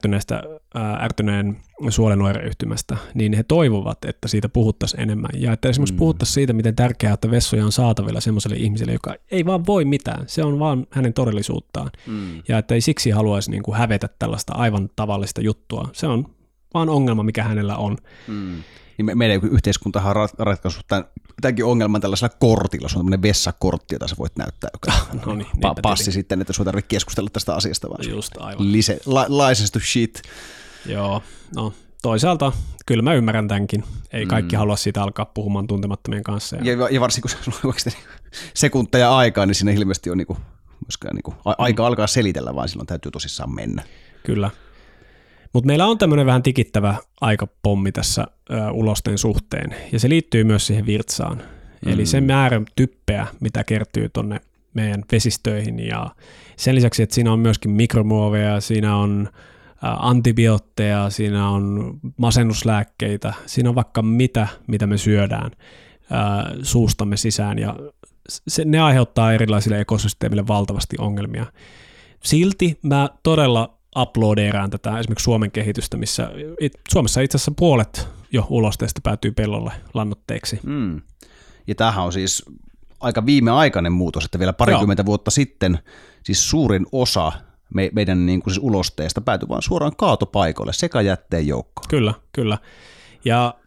ärtyneen suolenuoreyhtymästä, niin he toivovat, että siitä puhuttaisiin enemmän. Ja että esimerkiksi puhuttaisiin siitä, miten tärkeää, että vessoja on saatavilla semmoiselle ihmiselle, joka ei vaan voi mitään. Se on vaan hänen todellisuuttaan. Ja että ei siksi haluaisi niin kuin hävetä tällaista aivan tavallista juttua. Se on vaan ongelma, mikä hänellä on. Meidän yhteiskuntahan on ratkaissut tämänkin ongelman tällaisella kortilla. Se on tämmöinen vessakortti, jota sä voit näyttää, joka passi sitten, että sun ei tarvitse keskustella tästä asiasta, vaan just aivan. License to shit. Joo, no toisaalta kyllä mä ymmärrän tämänkin. Ei kaikki halua siitä alkaa puhumaan tuntemattomien kanssa. Ja varsinkin kun sulla on oikeasti sekunteja aikaa, niin siinä ilmeisesti on myöskään aika alkaa selitellä, vaan silloin täytyy tosissaan mennä. Kyllä. Mutta meillä on tämmöinen vähän tikittävä aikapommi tässä ulosten suhteen, ja se liittyy myös siihen virtsaan. Eli se määrä typpeä, mitä kertyy tuonne meidän vesistöihin, ja sen lisäksi, että siinä on myöskin mikromuoveja, siinä on antibiootteja, siinä on masennuslääkkeitä, siinä on vaikka mitä me syödään suustamme sisään, ja ne aiheuttaa erilaisille ekosysteemille valtavasti ongelmia. Silti mä todella uploadeeraan tätä esimerkiksi Suomen kehitystä, missä Suomessa itse asiassa puolet jo ulosteesta päätyy pellolle lannoitteeksi. Ja tämähän on siis aika viimeaikainen muutos, että vielä parikymmentä vuotta sitten siis suurin osa meidän niin kuin siis ulosteesta päätyi vaan suoraan kaatopaikoille sekajätteen joukkoon. Kyllä. Ja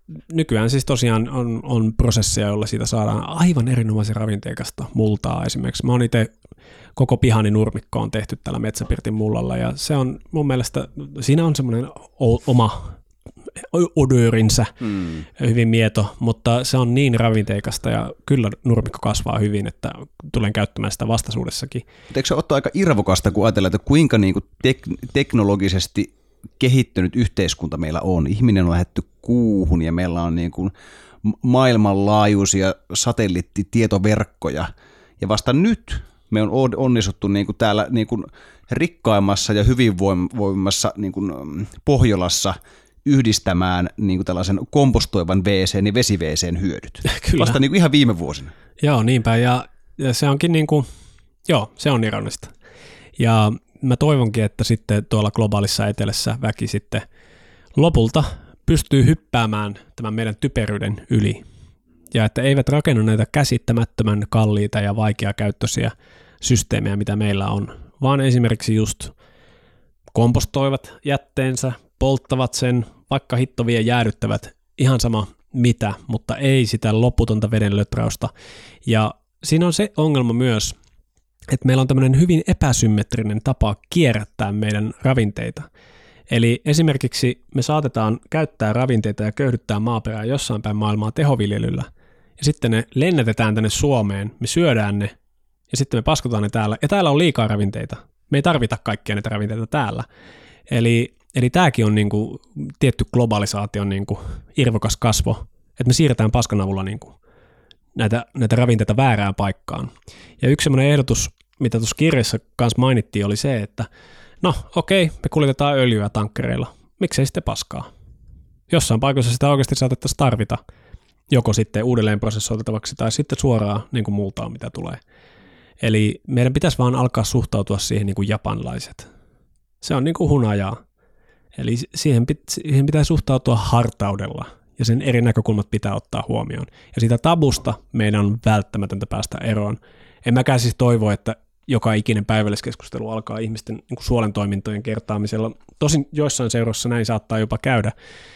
nykyään siis tosiaan on prosesseja, joilla siitä saadaan aivan erinomaisen ravinteikasta multaa esimerkiksi. Mä oon itse koko pihani nurmikko on tehty tällä Metsäpirtin mullalla ja se on mun mielestä, siinä on semmoinen oma odörinsä, hyvin mieto, mutta se on niin ravinteikasta ja kyllä nurmikko kasvaa hyvin, että tulen käyttämään sitä vastaisuudessakin. Mutta eikö se ole aika irvokasta, kun ajatellaan, että kuinka niinku teknologisesti kehittynyt yhteiskunta meillä on. Ihminen on lähdetty kuuhun ja meillä on niinku maailmanlaajuisia satelliittitietoverkkoja ja vasta nyt me on onnistuttu niinku täällä niinku rikkaimmassa ja hyvinvoimassa niinku Pohjolassa yhdistämään niin kuin tällaisen kompostoivan WC:n ja vesi-WC:n hyödyt. Kyllä. Vasta niin kuin ihan viime vuosina. Joo, niinpä. Ja se onkin niin kuin, se on ironista. Ja mä toivonkin, että sitten tuolla globaalissa etelässä väki sitten lopulta pystyy hyppäämään tämän meidän typeryyden yli. Ja että eivät rakennu näitä käsittämättömän kalliita ja vaikeakäyttöisiä systeemejä, mitä meillä on, vaan esimerkiksi just kompostoivat jätteensä, polttavat sen, vaikka hitto vie jäädyttävät, ihan sama mitä, mutta ei sitä loputonta vedenlöträystä. Ja siinä on se ongelma myös, että meillä on tämmöinen hyvin epäsymmetrinen tapa kierrättää meidän ravinteita. Eli esimerkiksi me saatetaan käyttää ravinteita ja köyhdyttää maaperää jossain päin maailmaa tehoviljelyllä, ja sitten ne lennätetään tänne Suomeen, me syödään ne, ja sitten me paskotaan ne täällä, ja täällä on liikaa ravinteita. Me ei tarvita kaikkia näitä ravinteita täällä. Eli tämäkin on niinku tietty globalisaation niinku irvokas kasvo, että me siirretään paskan avulla niinku näitä ravinteita väärään paikkaan. Ja yksi semmoinen ehdotus, mitä tuossa kirjassa kanssa mainittiin, oli se, että no okei, me kuljetetaan öljyä tankkereilla, miksei sitten paskaa? Jossain paikoissa sitä oikeasti saatettaisiin tarvita, joko sitten uudelleen prosessoitavaksi tai sitten suoraan niin kuin multaan, mitä tulee. Eli meidän pitäisi vaan alkaa suhtautua siihen niin kuin japanilaiset. Se on niin kuin hunajaa. Eli siihen pitää suhtautua hartaudella ja sen eri näkökulmat pitää ottaa huomioon. Ja siitä tabusta meidän on välttämätöntä päästä eroon. En mäkään siis toivo, että joka ikinen päivälliskeskustelu alkaa ihmisten niin kuin suolen toimintojen kertaamisella. Tosin joissain seuroissa näin saattaa jopa käydä,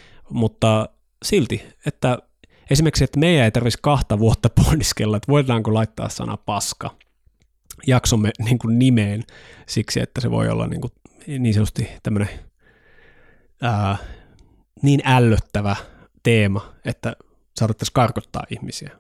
mutta silti, että esimerkiksi, että meidän ei tarvitsisi 2 vuotta pohdiskella, että voidaanko laittaa sana paska jaksomme niin kuin nimeen siksi, että se voi olla niin sanotusti tämmöinen niin ällöttävä teema, että saatettaisiin karkottaa ihmisiä.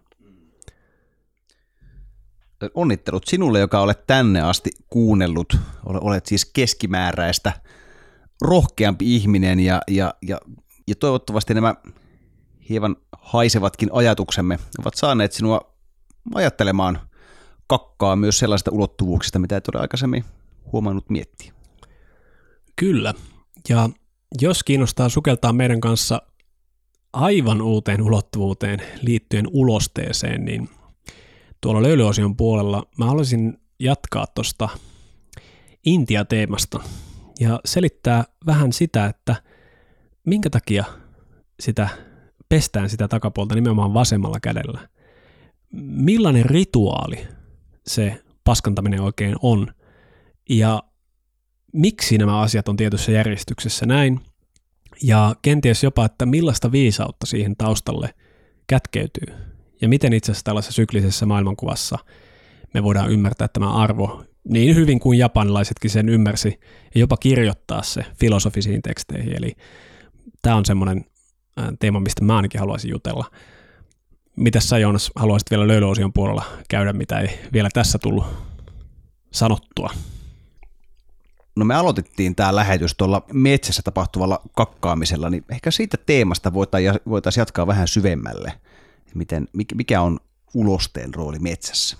Onnittelut sinulle, joka olet tänne asti kuunnellut. Olet siis keskimääräistä rohkeampi ihminen ja toivottavasti nämä hieman haisevatkin ajatuksemme ovat saaneet sinua ajattelemaan kakkaa myös sellaista ulottuvuuksista, mitä et ole aikaisemmin huomannut miettiä. Kyllä, ja jos kiinnostaa sukeltaa meidän kanssa aivan uuteen ulottuvuuteen liittyen ulosteeseen, niin tuolla löylyosion puolella mä haluaisin jatkaa tuosta Intia-teemasta ja selittää vähän sitä, että minkä takia sitä pestään sitä takapuolta nimenomaan vasemmalla kädellä. Millainen rituaali se paskantaminen oikein on ja miksi nämä asiat on tietyssä järjestyksessä näin ja kenties jopa, että millaista viisautta siihen taustalle kätkeytyy ja miten itse asiassa tällaisessa syklisessä maailmankuvassa me voidaan ymmärtää tämä arvo niin hyvin kuin japanilaisetkin sen ymmärsi ja jopa kirjoittaa se filosofisiin teksteihin. Eli tämä on semmoinen teema, mistä mä ainakin haluaisin jutella. Mitäs sä, Joonas, haluaisit vielä löylyosion puolella käydä, mitä ei vielä tässä tullut sanottua? No me aloitettiin tämä lähetys tuolla metsässä tapahtuvalla kakkaamisella, niin ehkä siitä teemasta voitaisiin jatkaa vähän syvemmälle. Mikä on ulosteen rooli metsässä?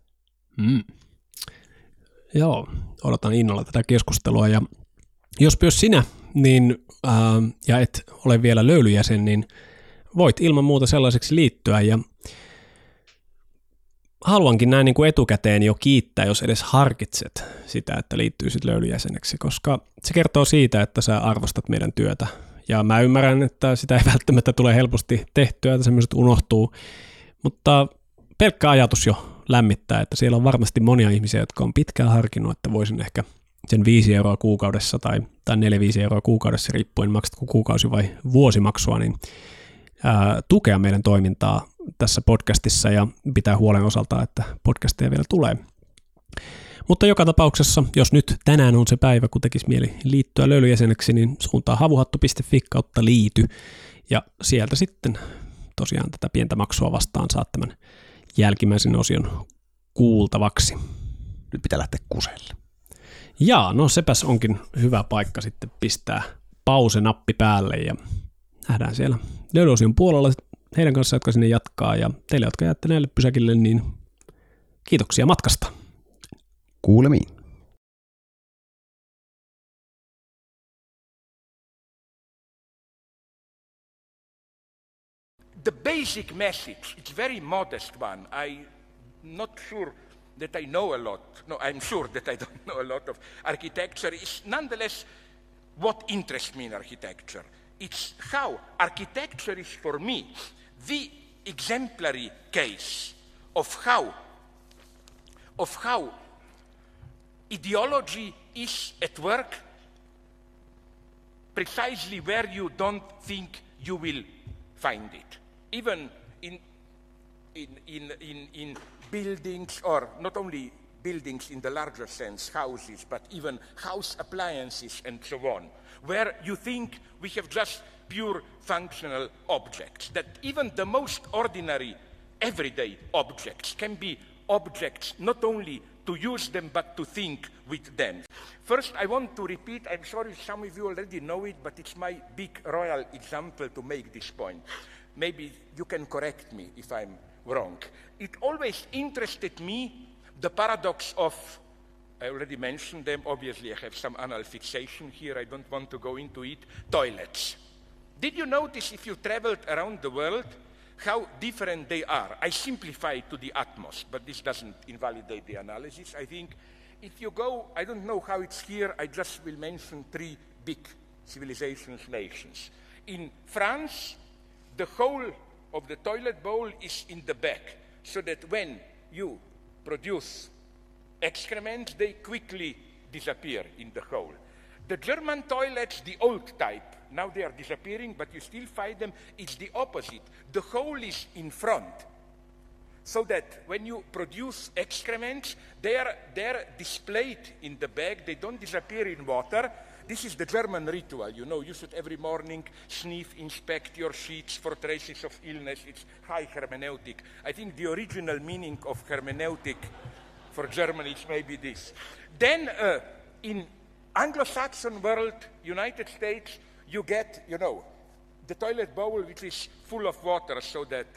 Joo, odotan innolla tätä keskustelua. Ja jos myös sinä niin, ja et ole vielä löylyjäsen, niin voit ilman muuta sellaiseksi liittyä. Ja haluankin näin niin kuin etukäteen jo kiittää, jos edes harkitset sitä, että liittyisit löylyjäseneksi, koska se kertoo siitä, että sä arvostat meidän työtä. Ja mä ymmärrän, että sitä ei välttämättä tule helposti tehtyä, että semmoiset unohtuu, mutta pelkkä ajatus jo lämmittää, että siellä on varmasti monia ihmisiä, jotka on pitkään harkinnut, että voisin ehkä sen 5 euroa kuukaudessa tai 4-5 euroa kuukaudessa riippuen maksatko kuukausi- vai vuosimaksua, niin tukea meidän toimintaa tässä podcastissa ja pitää huolen osalta, että podcasteja vielä tulee. Mutta joka tapauksessa, jos nyt tänään on se päivä, kun tekisi mieli liittyä löylyjäseneksi, niin suuntaa havuhattu.fi/liity ja sieltä sitten tosiaan tätä pientä maksua vastaan saat tämän jälkimmäisen osion kuultavaksi. Nyt pitää lähteä kuselle. Jaa, no sepäs onkin hyvä paikka sitten pistää pause-nappi päälle ja nähdään siellä löydyosion puolella heidän kanssa, jotka sinne jatkaa ja teille, jotka jäätte näille pysäkille, niin kiitoksia matkasta. Kuulemiin. The basic message, it's very modest one. I'm not sure that I know a lot. No, I'm sure that I don't know a lot of architecture. It's nonetheless what interests me in architecture. It's how architecture is for me the exemplary case of how ideology is at work precisely where you don't think you will find it. Even in buildings, or not only buildings in the larger sense, houses, but even house appliances and so on, where you think we have just pure functional objects, that even the most ordinary everyday objects can be objects not only to use them but to think with them. First, I want to repeat, I'm sorry some of you already know it, but it's my big royal example to make this point. Maybe you can correct me if I'm wrong. It always interested me, the paradox of, I already mentioned them, obviously I have some anal fixation here, I don't want to go into it, toilets. Did you notice if you traveled around the world how different they are? I simplify to the utmost, but this doesn't invalidate the analysis. I think if you go, I don't know how it's here, I just will mention 3 big civilizations, nations. In France, the whole of the toilet bowl is in the back, so that when you produce excrement, they quickly disappear in the hole. The German toilets, the old type, now they are disappearing, but you still find them, it's the opposite. The hole is in front, so that when you produce excrements, they're displayed in the bag, they don't disappear in water. This is the German ritual, you know, you should every morning sniff, inspect your sheets for traces of illness. It's high hermeneutic. I think the original meaning of hermeneutic for Germany is maybe this. Then in Anglo-Saxon world, United States, you get, you know, the toilet bowl which is full of water so that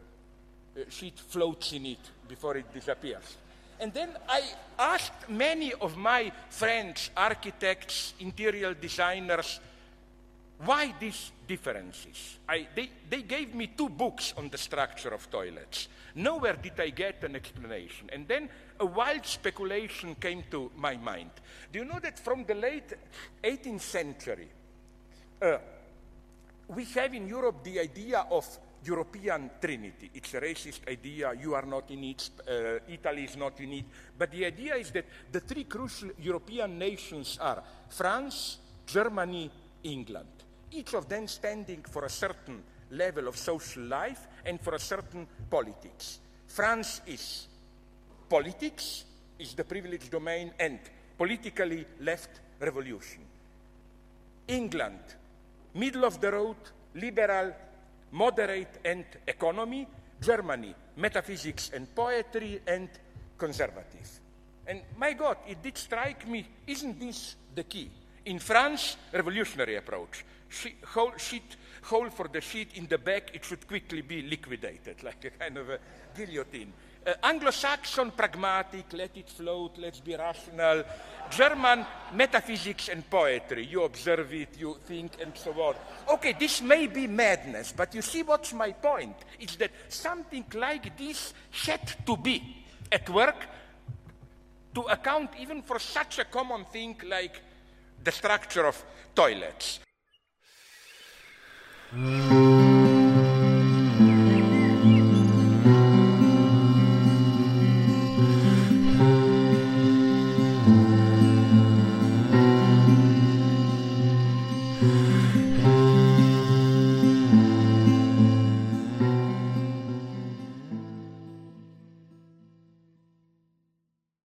sheet floats in it before it disappears. And then I asked many of my friends, architects, interior designers, why these differences? They gave me 2 books on the structure of toilets. Nowhere did I get an explanation. And then a wild speculation came to my mind. Do you know that from the late 18th century, we have in Europe the idea of European Trinity. It's a racist idea, you are not in it, Italy is not in it, but the idea is that the 3 crucial European nations are France, Germany, England, each of them standing for a certain level of social life and for a certain politics. France is politics, is the privileged domain and politically left revolution. England, middle of the road, liberal, moderate and economy. Germany, metaphysics and poetry and conservative. And my God, it did strike me, isn't this the key? In France, revolutionary approach. Hole for the sheet in the back, it should quickly be liquidated, like a kind of a guillotine. Anglo-Saxon, pragmatic, let it float, let's be rational. German, metaphysics and poetry. You observe it, you think, and so on. Okay, this may be madness, but you see what's my point? It's that something like this had to be at work to account even for such a common thing like the structure of toilets.